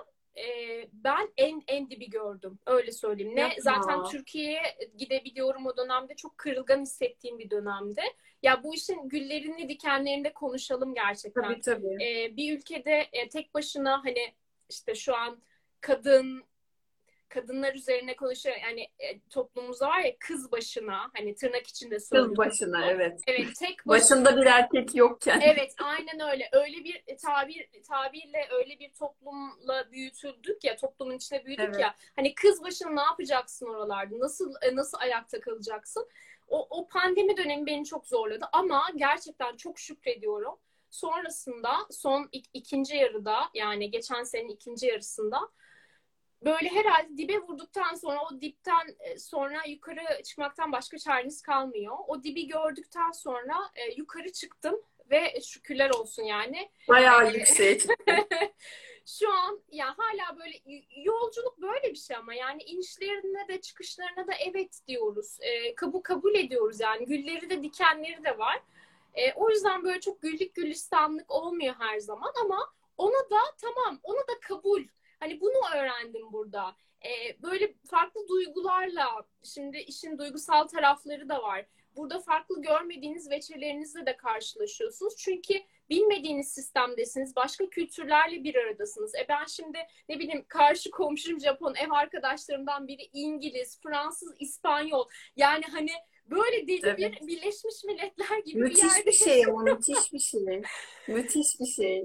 ben en dibi gördüm. Öyle söyleyeyim. Ne Yapma. zaten Türkiye'ye gidebiliyorum o dönemde. Çok kırılgan hissettiğim bir dönemde. Ya bu işin güllerini dikenlerini de konuşalım gerçekten. Tabii tabii. Bir ülkede tek başına hani işte şu an kadın kadınlar üzerine konuşuyor. Yani toplumumuzda var ya kız başına hani tırnak içinde Kız söylüyorum başına, bunu. evet. Evet tek Başında başına bir erkek yokken. evet aynen öyle. Öyle bir tabirle öyle bir toplumla büyütüldük ya toplumun içine büyüdük Evet. ya. Hani kız başına ne yapacaksın oralarda? Nasıl ayakta kalacaksın? O pandemi dönemi beni çok zorladı ama gerçekten çok şükrediyorum. Sonrasında ikinci yarıda yani geçen senenin ikinci yarısında böyle herhalde dibe vurduktan sonra o dipten sonra yukarı çıkmaktan başka çareniz kalmıyor. O dibi gördükten sonra yukarı çıktım ve şükürler olsun yani. E, Bayağı yükseğe çıktın. Şu an ya hala böyle yolculuk böyle bir şey ama yani inişlerine de çıkışlarına da evet diyoruz. Kabul ediyoruz yani gülleri de dikenleri de var. O yüzden böyle çok güllük gülistanlık olmuyor her zaman ama ona da tamam ona da kabul. Hani bunu öğrendim burada. Böyle farklı duygularla, şimdi işin duygusal tarafları da var. Burada farklı görmediğiniz veçelerinizle de karşılaşıyorsunuz. Çünkü bilmediğiniz sistemdesiniz. Başka kültürlerle bir aradasınız. Ben şimdi ne bileyim karşı komşum Japon, ev arkadaşlarımdan biri İngiliz, Fransız, İspanyol. Yani hani böyle deli Evet. bir Birleşmiş Milletler gibi bir Müthiş yerde bir şey ama, yaşıyorum. müthiş bir şey. Müthiş bir şey.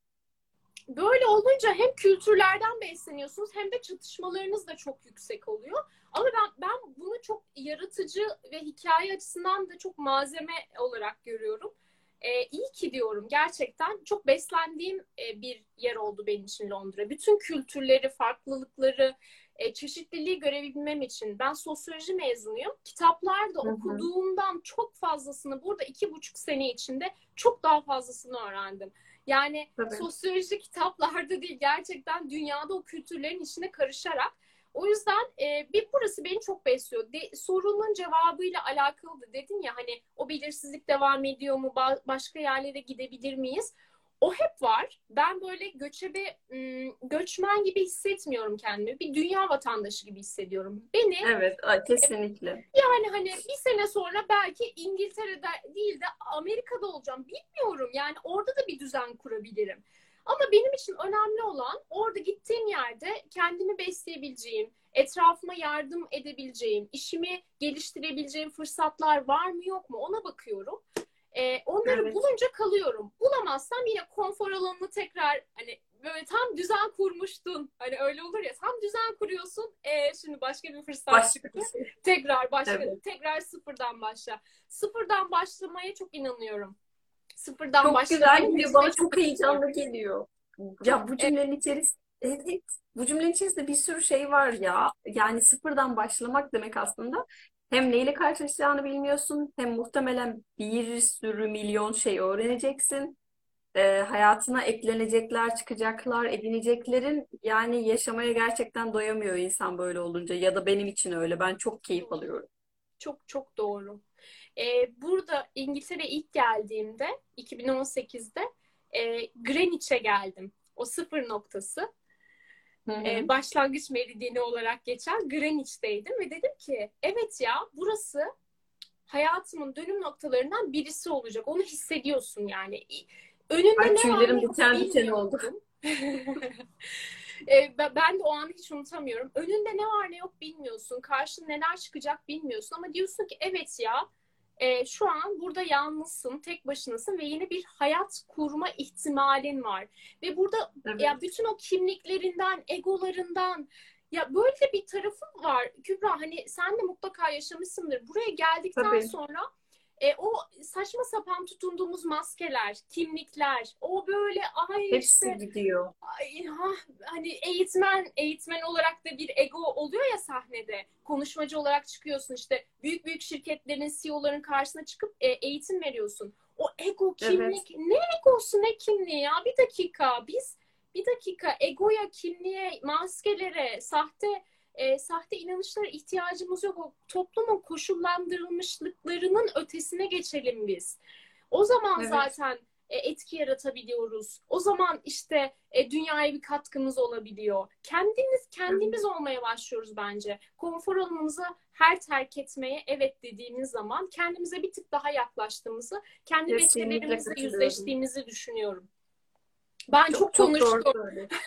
Böyle olunca hem kültürlerden besleniyorsunuz hem de çatışmalarınız da çok yüksek oluyor. Ama ben bunu çok yaratıcı ve hikaye açısından da çok malzeme olarak görüyorum. İyi ki diyorum gerçekten çok beslendiğim bir yer oldu benim için Londra. Bütün kültürleri, farklılıkları, çeşitliliği görebilmem için. Ben sosyoloji mezunuyum. Kitaplarda Hı hı. okuduğumdan çok fazlasını burada 2,5 sene içinde çok daha fazlasını öğrendim. Yani Tabii. sosyoloji kitaplarda değil gerçekten dünyada o kültürlerin içine karışarak. O yüzden burası beni çok besliyor. Sorunun cevabıyla alakalı da dedin ya hani o belirsizlik devam ediyor mu? Başka yerlere gidebilir miyiz? O hep var. Ben böyle göçmen gibi hissetmiyorum kendimi. Bir dünya vatandaşı gibi hissediyorum. Beni Evet, kesinlikle. yani hani bir sene sonra belki İngiltere'de değil de Amerika'da olacağım. Bilmiyorum yani orada da bir düzen kurabilirim. Ama benim için önemli olan orada gittiğim yerde kendimi besleyebileceğim, etrafıma yardım edebileceğim, işimi geliştirebileceğim fırsatlar var mı yok mu ona bakıyorum. Onları Evet. bulunca kalıyorum. Bulamazsam yine konfor alanını tekrar hani böyle tam düzen kurmuştun. Hani öyle olur ya tam düzen kuruyorsun. Şimdi başka bir fırsat Başka çıktı. bir şey. Tekrar başka, Evet. tekrar sıfırdan başla. Sıfırdan başlamaya çok inanıyorum. Sıfırdan Çok başlamayı güzel geliyor. Bana seçmek çok istiyorum. heyecanlı geliyor. Çok Ya bu cümlenin içerisinde evet, bu cümlenin içerisinde bir sürü şey var ya. Yani sıfırdan başlamak demek aslında hem neyle karşılaşacağını bilmiyorsun hem muhtemelen bir sürü milyon şey öğreneceksin. Hayatına eklenecekler, çıkacaklar, edineceklerin yani yaşamaya gerçekten doyamıyor insan böyle olunca ya da benim için öyle. Ben çok keyif alıyorum. çok çok doğru. Burada İngiltere'ye ilk geldiğimde 2018'de Greenwich'e geldim. O sıfır noktası. Hı hı. Başlangıç meridyeni olarak geçen Greenwich'teydim ve dedim ki evet ya burası hayatımın dönüm noktalarından birisi olacak. Onu hissediyorsun yani. Önünde Ay ne var ne tüylerim yok diken diken oldu. bilmiyorsun. Ben de o anı hiç unutamıyorum. Önünde ne var ne yok bilmiyorsun. Karşına neler çıkacak bilmiyorsun. Ama diyorsun ki evet ya şu an burada yalnızsın, tek başınasın ve yeni bir hayat kurma ihtimalin var. Ve burada ya Evet, bütün o kimliklerinden, egolarından ya böyle bir tarafı var. Kübra hani sen de mutlaka yaşamışsındır. Buraya geldikten tabii. sonra o saçma sapan tutunduğumuz maskeler, kimlikler, o böyle ay Hepsi işte gidiyor. ay, ha, hani eğitmen olarak da bir ego oluyor ya sahnede. Konuşmacı olarak çıkıyorsun işte büyük büyük şirketlerin CEO'ların karşısına çıkıp eğitim veriyorsun. O ego Evet, kimlik ne egosu ne kimliği ya bir dakika bir dakika egoya kimliğe maskelere sahte inanışlara ihtiyacımız yok. O toplumun koşullandırılmışlıklarının ötesine geçelim biz. O zaman evet. zaten etki yaratabiliyoruz. O zaman işte dünyaya bir katkımız olabiliyor. Kendimiz Evet. olmaya başlıyoruz bence. Konfor alanımızı her terk etmeye evet dediğimiz zaman kendimize bir tık daha yaklaştığımızı, kendi Kesinlikle becerilerimizle katılıyorum. yüzleştiğimizi düşünüyorum. Ben Çok çok çok doğru konuştum. söylüyorsun.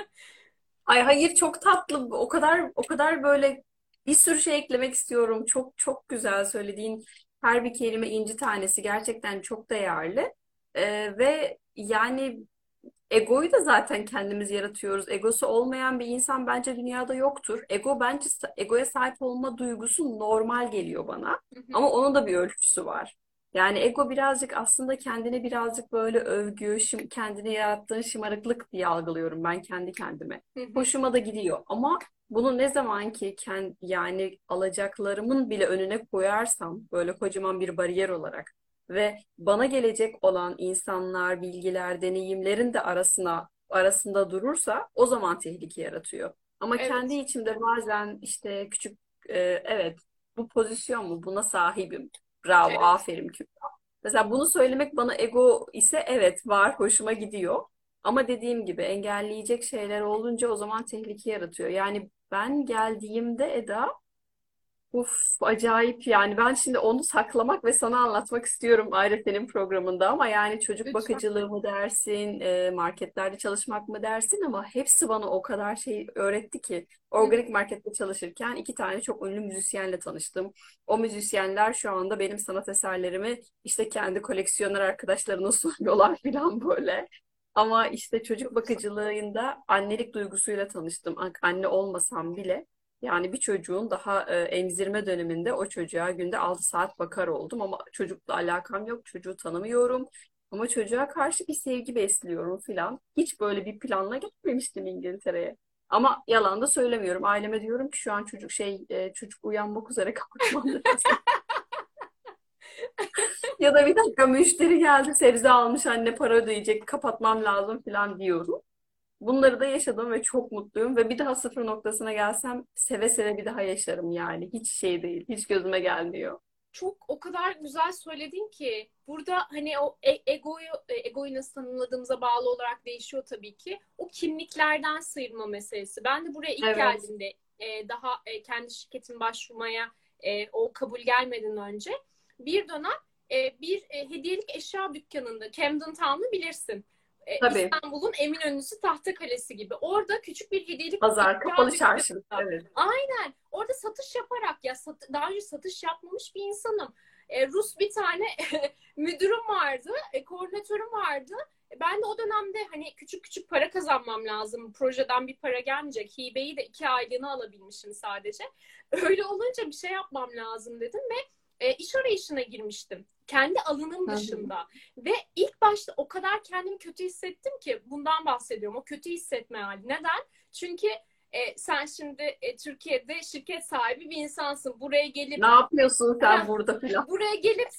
Ay hayır çok tatlı. O kadar böyle bir sürü şey eklemek istiyorum. Çok çok güzel söylediğin her bir kelime inci tanesi gerçekten çok değerli. Ve yani egoyu da zaten kendimiz yaratıyoruz. Egosu olmayan bir insan bence dünyada yoktur. Egoya sahip olma duygusu normal geliyor bana. Ama onun da bir ölçüsü var. Yani ego birazcık aslında kendine birazcık böyle övgü, kendini yarattığın şımarıklık diye algılıyorum ben kendi kendime. Hoşuma da gidiyor ama bunu ne zaman ki yani alacaklarımın bile önüne koyarsam böyle kocaman bir bariyer olarak ve bana gelecek olan insanlar, bilgiler, deneyimlerin de arasında durursa o zaman tehlike yaratıyor. Ama kendi Evet, içimde bazen işte küçük evet bu pozisyon mu buna sahibim. Bravo, evet. aferin Kübra. Mesela bunu söylemek bana ego ise evet var, hoşuma gidiyor. Ama dediğim gibi engelleyecek şeyler olunca o zaman tehlike yaratıyor. Yani ben geldiğimde Eda uf, acayip yani ben şimdi onu saklamak ve sana anlatmak istiyorum ayrı senin programında ama yani çocuk Lütfen. bakıcılığı mı dersin, marketlerde çalışmak mı dersin ama hepsi bana o kadar şey öğretti ki organik markette çalışırken iki tane çok ünlü müzisyenle tanıştım. O müzisyenler şu anda benim sanat eserlerimi işte kendi koleksiyoner arkadaşlarına sunuyorlar falan böyle. Ama işte çocuk Çok güzel. bakıcılığında annelik duygusuyla tanıştım. Anne olmasam bile. Yani bir çocuğun daha emzirme döneminde o çocuğa günde 6 saat bakar oldum ama çocukla alakam yok, çocuğu tanımıyorum. Ama çocuğa karşı bir sevgi besliyorum filan. Hiç böyle bir planla gelmemiştim İngiltere'ye. Ama yalan da söylemiyorum. Aileme diyorum ki şu an çocuk uyanmak üzere kapatmam lazım. Ya da bir dakika müşteri geldi sebze almış anne para ödeyecek kapatmam lazım filan diyorum. Bunları da yaşadım ve çok mutluyum ve bir daha sıfır noktasına gelsem seve seve bir daha yaşarım yani. Hiç şey değil, hiç gözüme gelmiyor. Çok o kadar güzel söyledin ki burada hani o egoyu nasıl tanımladığımıza bağlı olarak değişiyor tabii ki. O kimliklerden sıyrılma meselesi. Ben de buraya ilk Evet, geldiğimde daha kendi şirketime başvurmaya o kabul gelmeden önce bir dönem bir hediyelik eşya dükkanında Camden Town'u bilirsin. Tabii. İstanbul'un Eminönü'sü Tahtakale'si gibi. Orada küçük bir hediyelik Pazar, ikram kapalı çarşı. dükkanında. Evet. Aynen. Orada satış yaparak ya daha önce satış yapmamış bir insanım. Rus bir tane müdürüm vardı, koordinatörüm vardı. Ben de o dönemde hani küçük küçük para kazanmam lazım. Projeden bir para gelmeyecek. Hibeyi de 2 aylığını alabilmişim sadece. Öyle olunca bir şey yapmam lazım dedim ve iş arayışına girmiştim. Kendi alanım Hı hı. dışında. Ve ilk başta o kadar kendimi kötü hissettim ki bundan bahsediyorum. O kötü hissetme hali. Neden? Çünkü sen şimdi Türkiye'de şirket sahibi bir insansın. Buraya gelip Ne yapıyorsun sen burada falan? buraya gelip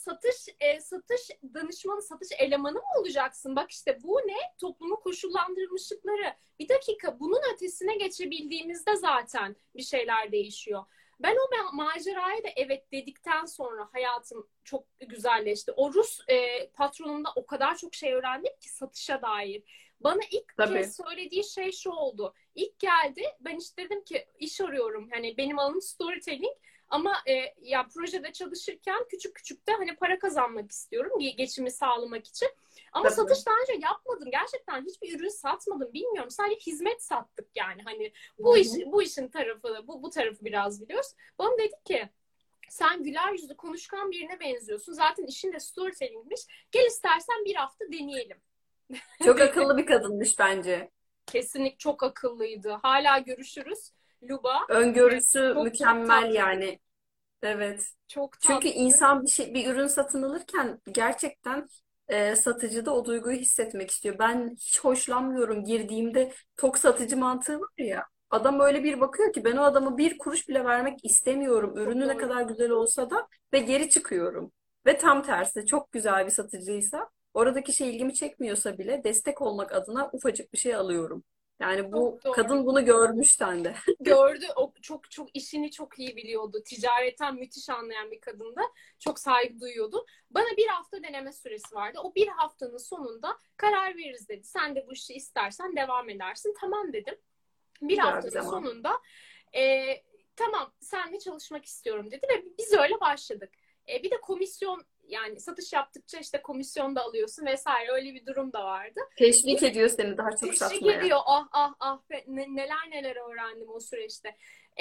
satış danışmanı, satış elemanı mı olacaksın? Bak işte bu ne? Toplumun koşullandırılmışlıkları. Bir dakika bunun ötesine geçebildiğimizde zaten bir şeyler değişiyor. Ben o maceraya da evet dedikten sonra hayatım çok güzelleşti. O Rus patronumda o kadar çok şey öğrendim ki satışa dair. Bana ilk Tabii. kez söylediği şey şu oldu. İlk geldi ben işte dedim ki iş arıyorum. Hani benim alanım storytelling. Ama ya projede çalışırken küçük küçük de hani para kazanmak istiyorum geçimi sağlamak için. Ama Tabii. satış daha önce yapmadım. Gerçekten hiçbir ürün satmadım. Bilmiyorum. Sadece hizmet sattık yani. Hani Hı hı. bu işin tarafı bu tarafı biraz biliyoruz. Bana dedi ki sen güler yüzlü konuşkan birine benziyorsun. Zaten işin de storytellingmiş. Gel istersen bir hafta deneyelim Çok dedi. akıllı bir kadınmış bence. Kesinlikle çok akıllıydı. Hala görüşürüz. Luba. Öngörüsü Çok çok mükemmel tatlı. yani. Evet. Çok Çünkü tatlı. insan bir ürün satın alırken gerçekten satıcıda o duyguyu hissetmek istiyor. Ben hiç hoşlanmıyorum girdiğimde tok satıcı mantığı var ya. Adam öyle bir bakıyor ki ben o adamı bir kuruş bile vermek istemiyorum. Çok Ürünü ne doğru. kadar güzel olsa da ve geri çıkıyorum. Ve tam tersi çok güzel bir satıcıysa oradaki şey ilgimi çekmiyorsa bile destek olmak adına ufacık bir şey alıyorum. Yani bu Çok doğru. kadın bunu görmüş sende. Gördü. O çok çok işini çok iyi biliyordu. Ticaretten müthiş anlayan bir kadındı. Çok saygı duyuyordu. Bana bir hafta deneme süresi vardı. O bir haftanın sonunda karar veririz dedi. Sen de bu işi istersen devam edersin. Tamam dedim. Bir Güzel bir haftanın zaman. sonunda e, tamam seninle çalışmak istiyorum dedi ve biz öyle başladık. Bir de komisyon yani satış yaptıkça işte komisyon da alıyorsun vesaire öyle bir durum da vardı. Teşvik ediyor seni daha çok Teşvik satmaya. ediyor. Ah ah ah neler neler öğrendim o süreçte.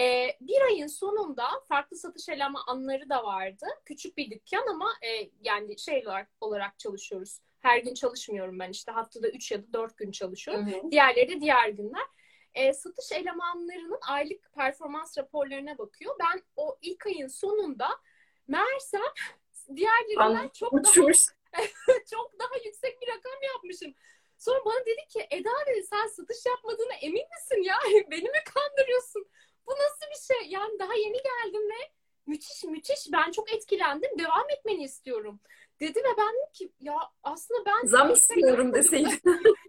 Bir ayın sonunda farklı satış elemanları da vardı. Küçük bir dükkan ama yani şey olarak çalışıyoruz. Her gün çalışmıyorum ben işte haftada 3 ya da 4 gün Hı çalışıyorum. hı. Diğerleri de diğer günler. Satış elemanlarının aylık performans raporlarına bakıyor. Ben o ilk ayın sonunda meğersem diğerlerinden çok daha Uçmuş. çok daha yüksek bir rakam yapmışım. Sonra bana dedi ki Eda dedi sen satış yapmadığına emin misin ya? Beni mi kandırıyorsun? Bu nasıl bir şey? Yani daha yeni geldim ve müthiş müthiş ben çok etkilendim. Devam etmeni istiyorum. Dedi ve ben dedim ki ya aslında ben Zam yüksek istiyorum deseydin.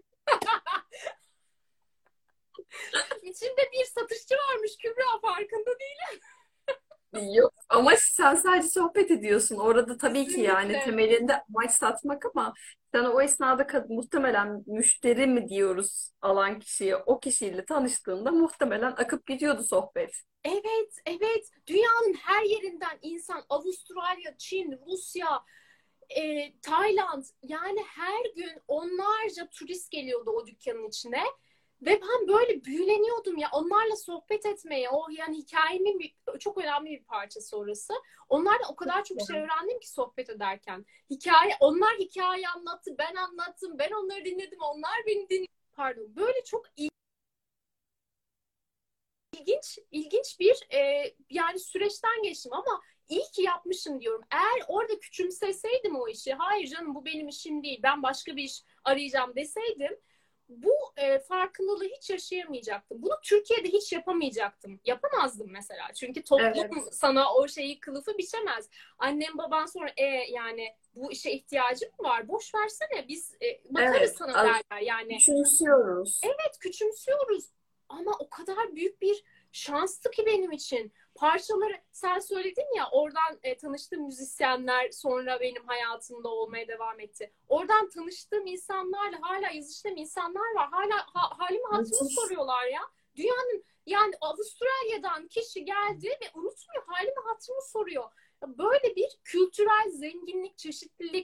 içinde bir satışçı varmış Kübra farkında değil. Yok. Ama sen sadece sohbet ediyorsun. Orada tabii ki yani Kesinlikle. temelinde amaç satmak ama sen o esnada muhtemelen müşteri mi diyoruz alan kişiye o kişiyle tanıştığında muhtemelen akıp gidiyordu sohbet. Evet, evet. Dünyanın her yerinden insan, Avustralya, Çin, Rusya, Tayland, yani her gün onlarca turist geliyordu o dükkanın içine. Ve ben böyle büyüleniyordum ya onlarla sohbet etmeye. O yani hikayemin çok önemli bir parçası orası. Onlarla o kadar çok şey öğrendim ki sohbet ederken. Onlar hikaye anlattı, ben anlattım, ben onları dinledim, onlar beni dinledi. Pardon, böyle çok ilginç bir yani süreçten geçtim ama iyi ki yapmışım diyorum. Eğer orada küçümseseydim o işi, hayır canım bu benim işim değil, ben başka bir iş arayacağım deseydim, bu farkındalığı hiç yaşayamayacaktım. Bunu Türkiye'de hiç yapamayacaktım. Yapamazdım mesela. Çünkü toplum Evet, sana o şeyi kılıfı biçemez. Annem baban sonra yani bu işe ihtiyacım mı var? Boş versene biz bakarız evet. sana derler. Yani Küçümsüyoruz. evet küçümsüyoruz ama o kadar büyük bir şanstı ki benim için. Parçaları sen söyledin ya oradan tanıştığım müzisyenler sonra benim hayatımda olmaya devam etti. Oradan tanıştığım insanlarla hala yazıştığım insanlar var. Hala halimi hatırımı Müthiş. soruyorlar ya. Dünyanın yani Avustralya'dan kişi geldi ve unutmuyor halimi hatırımı soruyor. Böyle bir kültürel zenginlik, çeşitlilik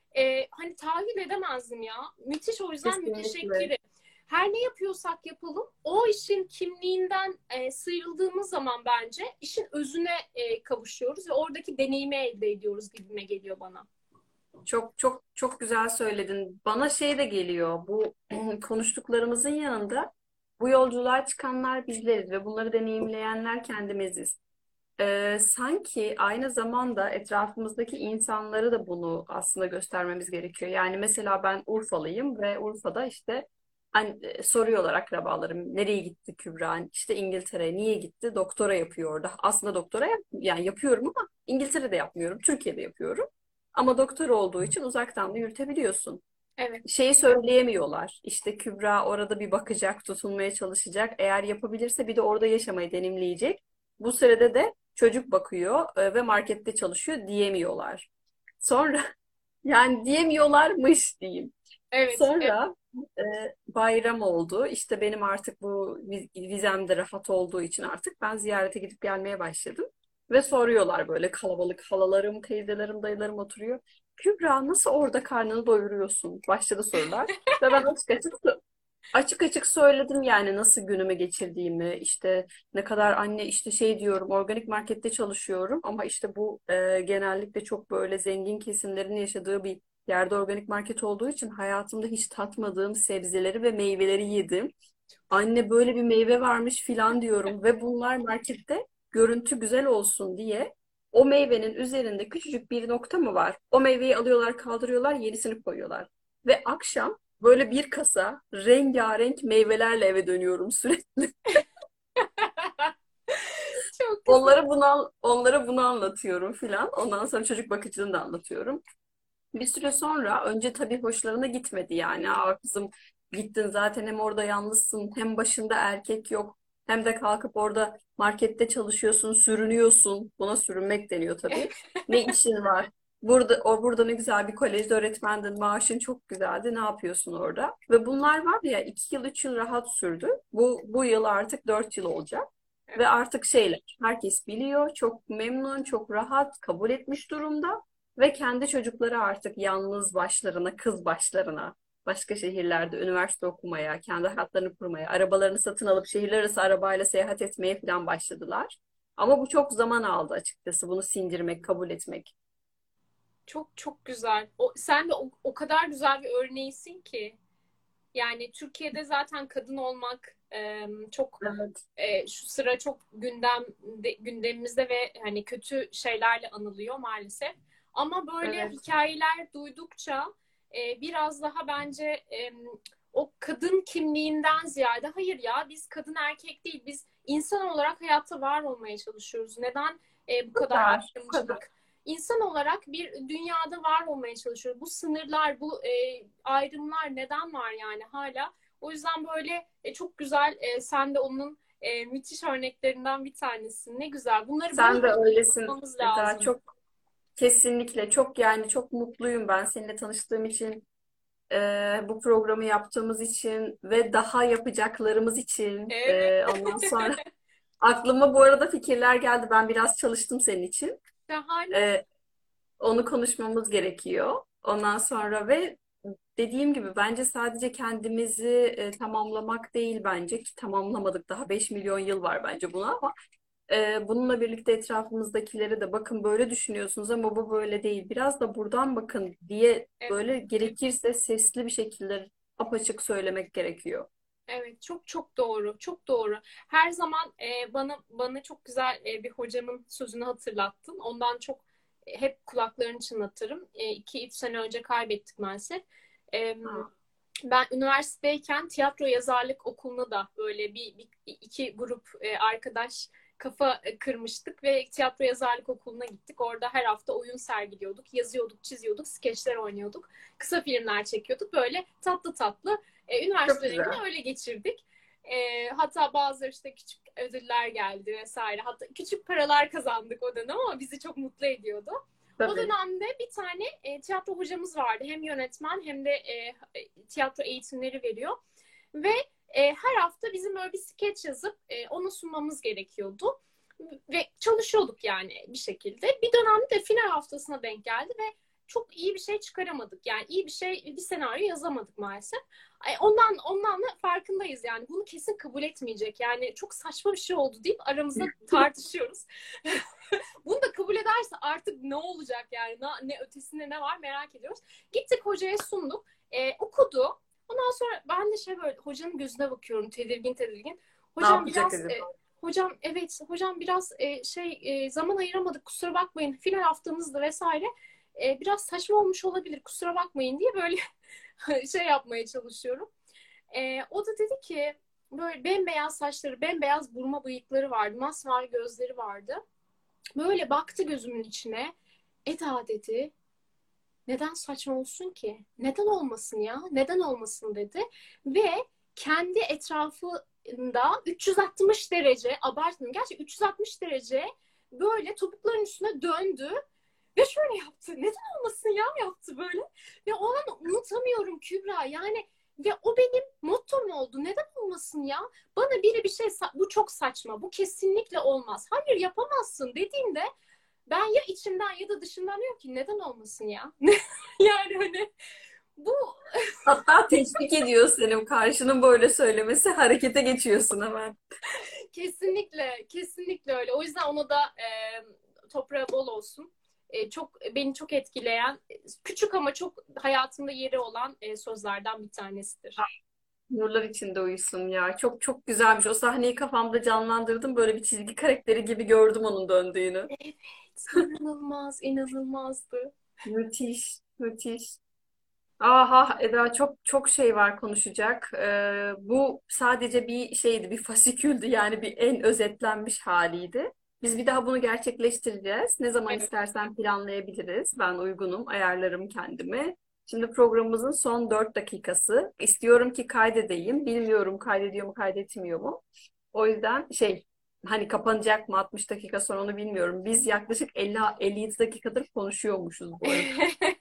hani tahayyül edemezdim ya. Müthiş, o yüzden Kesinlikle. müteşekkirim. Her ne yapıyorsak yapalım, o işin kimliğinden sıyrıldığımız zaman bence işin özüne kavuşuyoruz ve oradaki deneyimi elde ediyoruz gibime geliyor bana. Çok çok çok güzel söyledin. Bana şey de geliyor. Bu konuştuklarımızın yanında bu yolculuğa çıkanlar bizleriz ve bunları deneyimleyenler kendimiziz. Sanki aynı zamanda etrafımızdaki insanları da bunu aslında göstermemiz gerekiyor. Yani mesela ben Urfalıyım ve Urfa'da işte soruyorlar akrabalarım nereye gitti Kübra? İşte İngiltere niye gitti? Doktora yapıyor orada. Aslında yani yapıyorum ama İngiltere'de yapmıyorum, Türkiye'de yapıyorum. Ama doktor olduğu için uzaktan da yürütebiliyorsun. Evet. Şeyi söyleyemiyorlar. İşte Kübra orada bir bakacak, tutunmaya çalışacak. Eğer yapabilirse bir de orada yaşamayı deneyimleyecek. Bu sırada da çocuk bakıyor ve markette çalışıyor diyemiyorlar. Sonra yani diyemiyorlarmış diyeyim. Evet. Evet. Sonra e, bayram oldu. İşte benim artık bu vizem de rahat olduğu için artık ben ziyarete gidip gelmeye başladım. Ve soruyorlar böyle kalabalık halalarım, teyzelerim, dayılarım oturuyor. Kübra nasıl orada karnını doyuruyorsun? Başladı sorular. Ve ben açık açık söyledim yani nasıl günümü geçirdiğimi işte ne kadar anne işte şey diyorum organik markette çalışıyorum ama işte bu genellikle çok böyle zengin kesimlerin yaşadığı bir yerde organik market olduğu için hayatımda hiç tatmadığım sebzeleri ve meyveleri yedim. Anne böyle bir meyve varmış filan diyorum ve bunlar markette görüntü güzel olsun diye o meyvenin üzerinde küçücük bir nokta mı var? O meyveyi alıyorlar, kaldırıyorlar, yenisini koyuyorlar. Ve akşam böyle bir kasa rengarenk meyvelerle eve dönüyorum sürekli. Çok güzel. Onlara bunu anlatıyorum filan. Ondan sonra çocuk bakıcılığını da anlatıyorum. Bir süre sonra önce tabii hoşlarına gitmedi yani. Aa kızım gittin zaten hem orada yalnızsın hem başında erkek yok hem de kalkıp orada markette çalışıyorsun, sürünüyorsun. Buna sürünmek deniyor tabii. Ne işin var? Burada ne güzel bir kolejde öğretmendin, maaşın çok güzeldi. Ne yapıyorsun orada? Ve bunlar var ya 2 yıl 3 yıl rahat sürdü. Bu yıl artık 4 yıl olacak. Ve Evet. artık şeyler herkes biliyor, çok memnun, çok rahat kabul etmiş durumda. Ve kendi çocukları artık yalnız başlarına, kız başlarına, başka şehirlerde üniversite okumaya, kendi hayatlarını kurmaya, arabalarını satın alıp şehirler arası arabayla seyahat etmeye falan başladılar. Ama bu çok zaman aldı açıkçası bunu sindirmek, kabul etmek. Çok çok güzel. Sen de o kadar güzel bir örneğisin ki. Yani Türkiye'de zaten kadın olmak çok Evet, şu sıra çok gündemimizde ve hani kötü şeylerle anılıyor maalesef. Ama böyle evet. hikayeler duydukça biraz daha bence o kadın kimliğinden ziyade hayır ya biz kadın erkek değil, biz insan olarak hayatta var olmaya çalışıyoruz. Neden bu Bu kadar kadar, bu kadar. ayrımcılık? İnsan olarak bir dünyada var olmaya çalışıyoruz. Bu sınırlar, bu ayrımlar neden var yani hala? O yüzden böyle çok güzel, sen de onun müthiş örneklerinden bir tanesin. Ne güzel. Bunları bol Sen de bol öylesin yapmamız Eda. lazım. Çok kesinlikle çok yani çok mutluyum ben seninle tanıştığım için. Bu programı yaptığımız için ve daha yapacaklarımız için. Evet. Ondan sonra aklıma bu arada fikirler geldi. Ben biraz çalıştım senin için. Şahane. Ee, Onu konuşmamız gerekiyor. Ondan sonra ve dediğim gibi bence sadece kendimizi tamamlamak değil bence ki tamamlamadık daha 5 milyon yıl var bence buna ama bununla birlikte etrafımızdakileri de bakın böyle düşünüyorsunuz ama bu böyle değil. Biraz da buradan bakın diye Evet. böyle gerekirse sesli bir şekilde apaçık söylemek gerekiyor. Evet, çok çok doğru, çok doğru. Her zaman bana çok güzel bir hocamın sözünü hatırlattın. Ondan çok hep kulaklarını çınlatırım. 2-3 sene önce kaybettik maalesef. E, Ha, Ben üniversitedeyken tiyatro yazarlık okuluna da böyle iki grup arkadaş kafa kırmıştık ve tiyatro yazarlık okuluna gittik. Orada her hafta oyun sergiliyorduk, yazıyorduk, çiziyorduk, skeçler oynuyorduk, kısa filmler çekiyorduk. Böyle tatlı tatlı çok üniversite dönemini güzel. öyle geçirdik. Hatta bazı işte küçük ödüller geldi vesaire. Hatta küçük paralar kazandık o dönem ama bizi çok mutlu ediyordu. O Tabii. dönemde bir tane tiyatro hocamız vardı. Hem yönetmen hem de tiyatro eğitimleri veriyor. Ve her hafta bizim böyle bir skeç yazıp onu sunmamız gerekiyordu. Ve çalışıyorduk yani bir şekilde. Bir dönemde de final haftasına denk geldi ve çok iyi bir şey çıkaramadık. Yani iyi bir senaryo yazamadık maalesef. Ondan da farkındayız yani. Bunu kesin kabul etmeyecek. Yani çok saçma bir şey oldu deyip aramızda tartışıyoruz. Bunu da kabul ederse artık ne olacak yani? Ne ötesinde ne var merak ediyoruz. Gittik hocaya sunduk. Okudu. Ondan sonra ben de böyle hocanın gözüne bakıyorum tedirgin tedirgin. Ne Hocam yapacak biraz acaba? hocam evet hocam biraz zaman ayıramadık kusura bakmayın. Final haftamızdı vesaire. Biraz saçma olmuş olabilir kusura bakmayın diye böyle yapmaya çalışıyorum. O da dedi ki böyle bembeyaz saçları, bembeyaz burma bıyıkları vardı, masmavi gözleri vardı. Böyle baktı gözümün içine. Eda dedi. Neden saçma olsun ki? Neden olmasın ya? Neden olmasın dedi. Ve kendi etrafında 360 derece, abartmıyorum. Gerçekten 360 derece böyle topukların üstüne döndü. Ve şöyle yaptı. Neden olmasın ya yaptı böyle. Ve o an unutamıyorum Kübra. Yani ve o benim mottom oldu. Neden olmasın ya? Bana biri bir şey bu çok saçma. Bu kesinlikle olmaz. Hayır yapamazsın dediğinde ben ya içimden ya da dışımdan diyorum ki neden olmasın ya? Yani hani bu Hatta teşvik ediyor senin karşının böyle söylemesi, harekete geçiyorsun hemen. kesinlikle kesinlikle öyle. O yüzden ona da toprağı bol olsun. Beni çok etkileyen, küçük ama çok hayatımda yeri olan sözlerden bir tanesidir. Nurlar içinde uyusun ya. Çok çok güzelmiş. O sahneyi kafamda canlandırdım. Böyle bir çizgi karakteri gibi gördüm onun döndüğünü. Evet, inanılmaz, inanılmazdı. Müthiş, müthiş. Aha Eda, çok çok şey var konuşacak. Bu sadece bir şeydi, bir fasiküldü yani bir en özetlenmiş haliydi. Biz bir daha bunu gerçekleştireceğiz. Ne zaman Evet. istersen planlayabiliriz. Ben uygunum, ayarlarım kendimi. Şimdi programımızın son 4 dakikası. İstiyorum ki kaydedeyim. Bilmiyorum kaydediyor mu, kaydetmiyor mu. O yüzden hani kapanacak mı 60 dakika sonra onu bilmiyorum. Biz yaklaşık 50-57 dakikadır konuşuyormuşuz bu arada.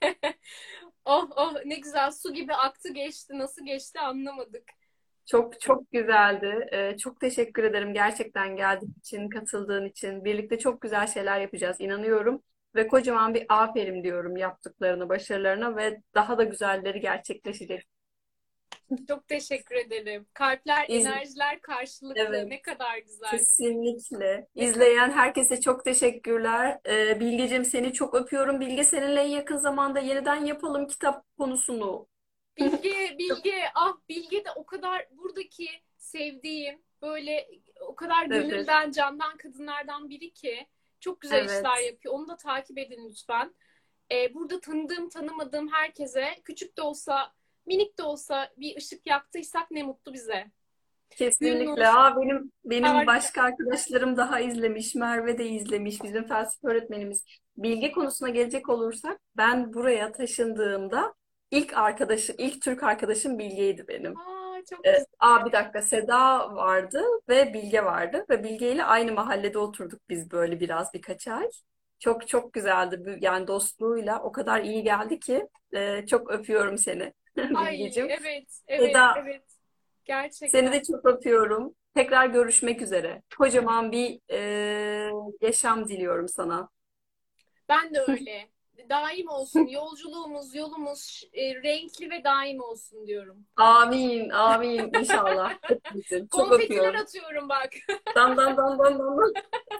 Oh oh ne güzel su gibi aktı geçti. Nasıl geçti anlamadık. Çok çok güzeldi. Çok teşekkür ederim gerçekten geldiğin için, katıldığın için. Birlikte çok güzel şeyler yapacağız, inanıyorum. Ve kocaman bir aferin diyorum yaptıklarını, başarılarına ve daha da güzelleri gerçekleşecek. Çok teşekkür ederim. Kalpler, İz, enerjiler karşılıklı. evet, Ne kadar güzel. kesinlikle. Ne kadar. İzleyen herkese çok teşekkürler. Bilgecim, seni çok öpüyorum. Bilge, seninle en yakın zamanda yeniden yapalım kitap konusunu. Bilge, Bilge, ah Bilge de o kadar buradaki sevdiğim böyle o kadar Evet, gönülden, candan kadınlardan biri ki çok güzel işler evet. yapıyor. Onu da takip edin lütfen. Burada tanıdığım, tanımadığım herkese küçük de olsa, minik de olsa bir ışık yaktıysak ne mutlu bize. Kesinlikle. Gülnur, Benim harika. başka arkadaşlarım daha izlemiş. Merve de izlemiş. Bizim felsefe öğretmenimiz. Bilgi konusuna gelecek olursak ben buraya taşındığımda ilk Türk arkadaşım Bilge'ydi benim. Aa, çok güzel. Bir dakika, Seda vardı ve Bilge vardı ve Bilge ile aynı mahallede oturduk biz böyle birkaç ay. Çok çok güzeldi. Yani dostluğuyla o kadar iyi geldi ki çok öpüyorum seni Ay Bilgeciğim. evet, evet, Seda, evet. seni Gerçekten. de çok öpüyorum. Tekrar görüşmek üzere. Kocaman bir yaşam diliyorum sana. Ben de öyle. Daim olsun. Yolculuğumuz, yolumuz renkli ve daim olsun diyorum. Amin, amin inşallah. Hepimizin. Çok Konfetiler öpüyorum. atıyorum bak. Dan dan dan dan dan.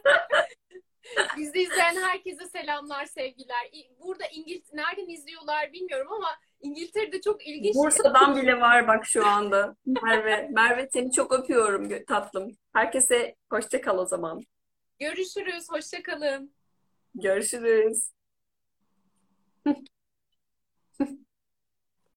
Bizi izleyen herkese selamlar, sevgiler. Burada nereden izliyorlar bilmiyorum ama İngiltere'de çok ilginç. Bursa'dan bile var bak şu anda. Merve seni çok öpüyorum tatlım. Herkese hoşça kal o zaman. Görüşürüz. Hoşça kalın. Görüşürüz.